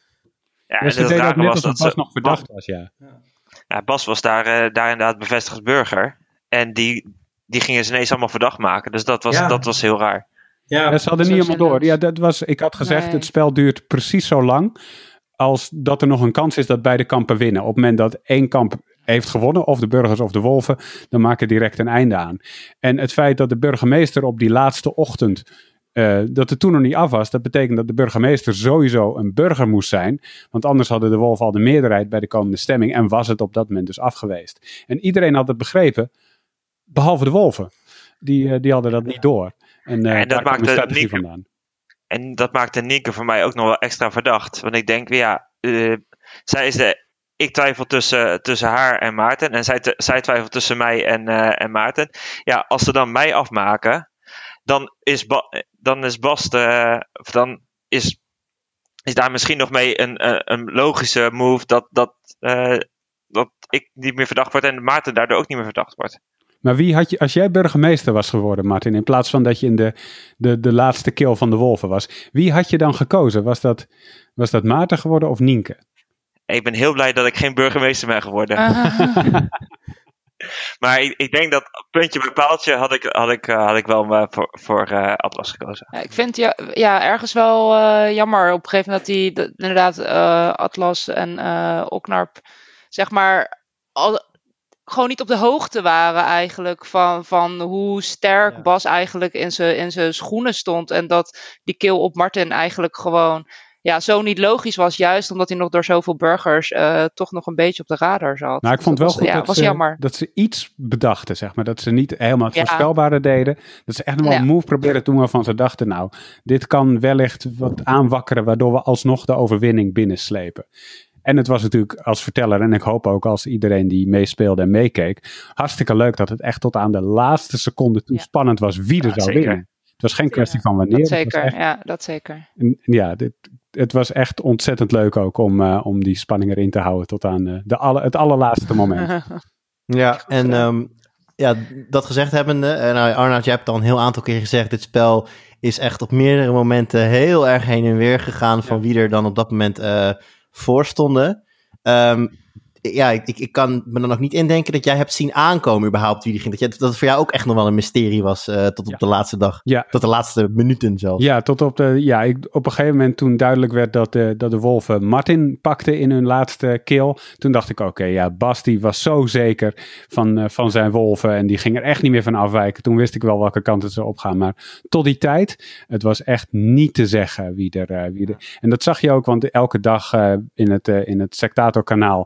Ja, dus het deed ook net alsof Bas nog verdacht was, ja. Ja, Bas was daar, uh, daar inderdaad bevestigd burger. En die, die gingen ze ineens allemaal verdacht maken. Dus dat was, ja. dat was heel raar. Ja, ja, ze hadden niet helemaal door. Ja, dat was, ik had gezegd, nee. Het spel duurt precies zo lang als dat er nog een kans is dat beide kampen winnen. Op het moment dat één kamp heeft gewonnen, of de burgers of de wolven, dan maak je direct een einde aan. En het feit dat de burgemeester op die laatste ochtend, uh, dat het toen nog niet af was, dat betekent dat de burgemeester sowieso een burger moest zijn, want anders hadden de wolven al de meerderheid bij de komende stemming en was het op dat moment dus af geweest. En iedereen had het begrepen, behalve de wolven. Die, uh, die hadden dat niet door. En, uh, ja, en dat maakte de strategie Nienke, vandaan. En dat maakte Nienke voor mij ook nog wel extra verdacht. Want ik denk, ja, uh, zij is de... Ik twijfel tussen, tussen haar en Maarten. En zij, te, zij twijfelt tussen mij en, uh, en Maarten. Ja, als ze dan mij afmaken, dan is, ba, dan is Bas de, of dan is, is daar misschien nog mee een, een, een logische move dat, dat, uh, dat ik niet meer verdacht word en Maarten daardoor ook niet meer verdacht wordt. Maar wie had je, als jij burgemeester was geworden, Martin, in plaats van dat je in de, de, de laatste kill van de wolven was, wie had je dan gekozen? Was dat, was dat Maarten geworden of Nienke? Ik ben heel blij dat ik geen burgemeester ben geworden. Maar ik, ik denk dat puntje bij paaltje had ik, had ik, uh, had ik wel uh, voor, voor uh, Atlas gekozen. Ja, ik vind ja, ja ergens wel uh, jammer op een gegeven moment dat die dat, inderdaad uh, Atlas en uh, Oknarp zeg maar al, gewoon niet op de hoogte waren eigenlijk van, van hoe sterk ja. Bas eigenlijk in zijn in zijn schoenen stond. En dat die kill op Martin eigenlijk gewoon ja, zo niet logisch was, juist omdat hij nog door zoveel burgers uh, toch nog een beetje op de radar zat. Nou, ik vond het wel dat goed was, ja, dat, was ze, jammer. dat ze iets bedachten, zeg maar. Dat ze niet helemaal het ja. voorspelbare deden. Dat ze echt nog wel ja. een move proberen te doen waarvan ze dachten, nou, dit kan wellicht wat aanwakkeren, waardoor we alsnog de overwinning binnenslepen. En het was natuurlijk als verteller, en ik hoop ook als iedereen die meespeelde en meekeek, hartstikke leuk dat het echt tot aan de laatste seconde toe ja. spannend was wie er ja, zou zeker. winnen. Het was geen kwestie van wanneer. Dat zeker, echt, ja, dat zeker. En, ja, dit, het was echt ontzettend leuk ook om, uh, om die spanning erin te houden tot aan uh, de alle, het allerlaatste moment. Ja, en um, ja, dat gezegd hebbende, uh, nou Arnoud, jij hebt al een heel aantal keer gezegd, dit spel is echt op meerdere momenten heel erg heen en weer gegaan van ja. wie er dan op dat moment uh, voor stonden. Um, ja, ik, ik kan me dan ook niet indenken dat jij hebt zien aankomen überhaupt wie die ging. Dat, jij, dat het voor jou ook echt nog wel een mysterie was uh, tot op ja. de laatste dag. Ja. Tot de laatste minuten zelfs. Ja, tot op de, ja ik, op een gegeven moment toen duidelijk werd dat de, dat de wolven Martin pakten in hun laatste kill. Toen dacht ik, oké, okay, ja, Bas die was zo zeker van, uh, van zijn wolven en die ging er echt niet meer van afwijken. Toen wist ik wel welke kant het zou opgaan. Maar tot die tijd, het was echt niet te zeggen wie er... Uh, wie er en dat zag je ook, want elke dag uh, in het, uh, in het Sectator kanaal was er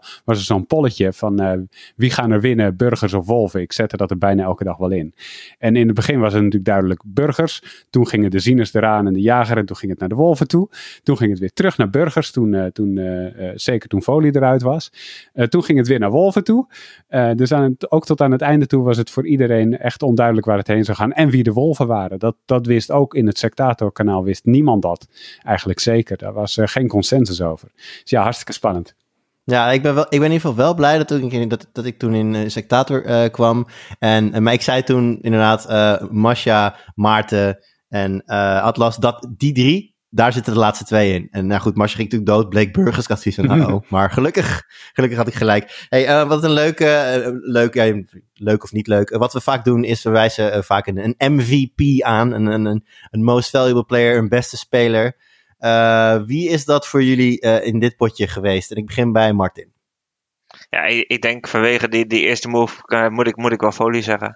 er zo'n polletje van uh, wie gaan er winnen, burgers of wolven. Ik zette dat er bijna elke dag wel in. En in het begin was het natuurlijk duidelijk burgers. Toen gingen de zieners eraan en de jager en toen ging het naar de wolven toe. Toen ging het weer terug naar burgers, toen, uh, toen, uh, uh, zeker toen folie eruit was. Uh, toen ging het weer naar wolven toe. Uh, dus aan het, ook tot aan het einde toe was het voor iedereen echt onduidelijk waar het heen zou gaan. En wie de wolven waren. Dat, dat wist ook in het Sectator-kanaal, wist niemand dat. Eigenlijk zeker. Daar was uh, geen consensus over. Dus ja, hartstikke spannend. Ja, ik ben, wel, ik ben in ieder geval wel blij dat, ik, dat, dat ik toen in uh, Sectator uh, kwam. En, uh, maar ik zei toen inderdaad, uh, Masha, Maarten en uh, Atlas, dat die drie, daar zitten de laatste twee in. En nou goed, Masha ging natuurlijk dood, bleek burgers. Ik had zoiets van, nou, oh, maar gelukkig, gelukkig had ik gelijk. Hey, uh, wat een leuke, uh, leuk, ja, leuk of niet leuk. Uh, wat we vaak doen is, we wijzen uh, vaak een, een M V P aan. Een, een, een most valuable player, een beste speler. Uh, wie is dat voor jullie uh, in dit potje geweest? En ik begin bij Martin. Ja, ik, ik denk vanwege die, die eerste move uh, moet, ik, moet ik wel folie zeggen.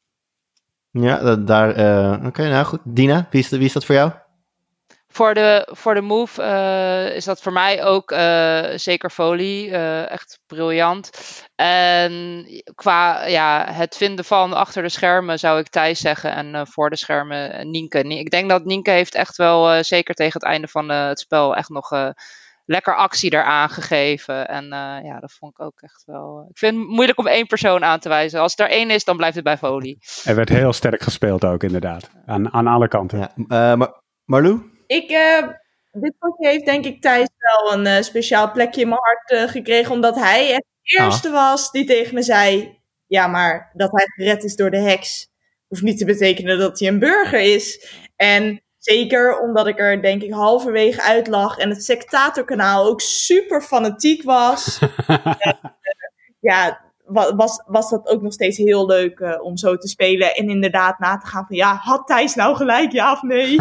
Ja, daar, uh, oké, okay, nou goed. Dina, wie is, wie is dat voor jou? Voor de, voor de move uh, is dat voor mij ook uh, zeker folie. Uh, echt briljant. En qua ja, het vinden van achter de schermen zou ik Thijs zeggen. En uh, voor de schermen Nienke. Ik denk dat Nienke heeft echt wel, uh, zeker tegen het einde van uh, het spel, echt nog uh, lekker actie eraan gegeven. En uh, ja, dat vond ik ook echt wel... Ik vind het moeilijk om één persoon aan te wijzen. Als het er één is, dan blijft het bij folie. Er werd heel sterk gespeeld ook inderdaad. Aan, aan alle kanten. Ja, uh, Mar- Marlou? Ik, uh, dit potje heeft denk ik Thijs wel een uh, speciaal plekje in mijn hart uh, gekregen. Omdat hij echt de eerste ah. was die tegen me zei... Ja, maar dat hij gered is door de heks... hoeft niet te betekenen dat hij een burger is. En zeker omdat ik er denk ik halverwege uit lag... en het Sectator-kanaal ook super fanatiek was. en, uh, ja... Was, was dat ook nog steeds heel leuk uh, om zo te spelen. En inderdaad na te gaan van... Ja, had Thijs nou gelijk, ja of nee?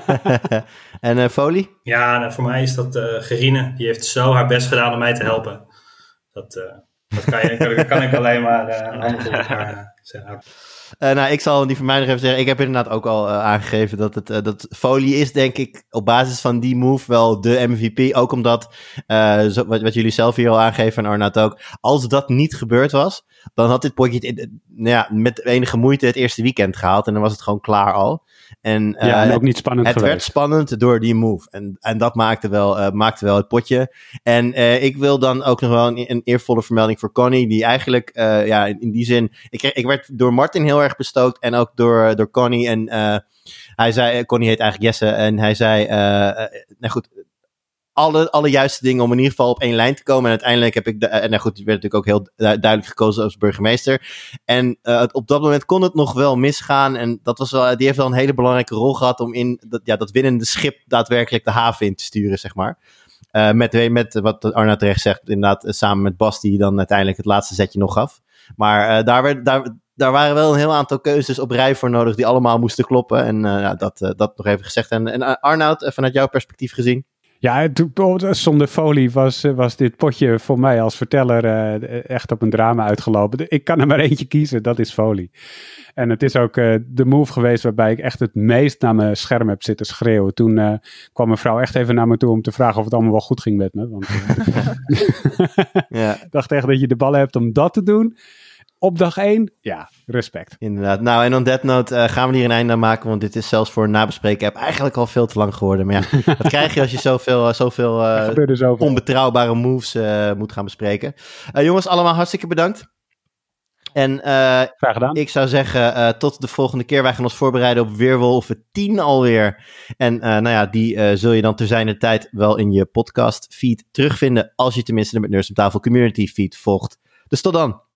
en uh, Folie? Ja, nou, voor mij is dat uh, Gerine. Die heeft zo haar best gedaan om mij te helpen. Dat, uh, dat kan, je, kan, kan ik alleen maar uh, een hand op elkaar uh, zeggen. Uh, nou, ik zal die voor mij nog even zeggen. Ik heb inderdaad ook al uh, aangegeven dat het uh, dat Folie is, denk ik, op basis van die move wel de M V P. Ook omdat, uh, zo, wat, wat jullie zelf hier al aangeven en Arnaud ook. Als dat niet gebeurd was, dan had dit potje het, uh, nou ja, met enige moeite het eerste weekend gehaald. En dan was het gewoon klaar al. En, uh, ja, en ook niet spannend het geweest. werd spannend door die move. En, en dat maakte wel, uh, maakte wel het potje. En uh, ik wil dan ook nog wel een, een eervolle vermelding voor Connie. Die eigenlijk, uh, ja, in, in die zin... Ik, ik werd door Martin heel erg bestookt. En ook door, door Connie. En uh, hij zei... Connie heet eigenlijk Jesse. En hij zei... Uh, uh, nou goed... Alle, alle juiste dingen om in ieder geval op één lijn te komen. En uiteindelijk heb ik... De, en nou goed, die werd natuurlijk ook heel du- duidelijk gekozen als burgemeester. En uh, op dat moment kon het nog wel misgaan. En dat was wel, die heeft wel een hele belangrijke rol gehad om in dat, ja, dat winnende schip daadwerkelijk de haven in te sturen, zeg maar. Uh, met, met wat Arnaud terecht zegt, inderdaad, samen met Bas, die dan uiteindelijk het laatste zetje nog gaf. Maar uh, daar, werd, daar, daar waren wel een heel aantal keuzes op rij voor nodig die allemaal moesten kloppen. En uh, ja, dat, uh, dat nog even gezegd. En, en Arnaud, vanuit jouw perspectief gezien? Ja, zonder folie was, was dit potje voor mij als verteller uh, echt op een drama uitgelopen. Ik kan er maar eentje kiezen, dat is folie. En het is ook uh, de move geweest waarbij ik echt het meest naar mijn scherm heb zitten schreeuwen. Toen uh, kwam mijn vrouw echt even naar me toe om te vragen of het allemaal wel goed ging met me. Want ja. Ik dacht echt dat je de ballen hebt om dat te doen. Op dag één, ja, respect. Inderdaad. Nou, en on that note uh, gaan we hier een einde aan maken, want dit is zelfs voor een nabespreken app eigenlijk al veel te lang geworden. Maar ja, dat krijg je als je zoveel, uh, zoveel, uh, zoveel onbetrouwbare moves uh, moet gaan bespreken. Uh, jongens, allemaal hartstikke bedankt. En uh, Graag gedaan. Ik zou zeggen, uh, tot de volgende keer. Wij gaan ons voorbereiden op Weerwolven tien alweer. En uh, nou ja, die uh, zul je dan ter zijner tijd wel in je podcast feed terugvinden, als je tenminste de Met Nerds op Tafel community feed volgt. Dus tot dan.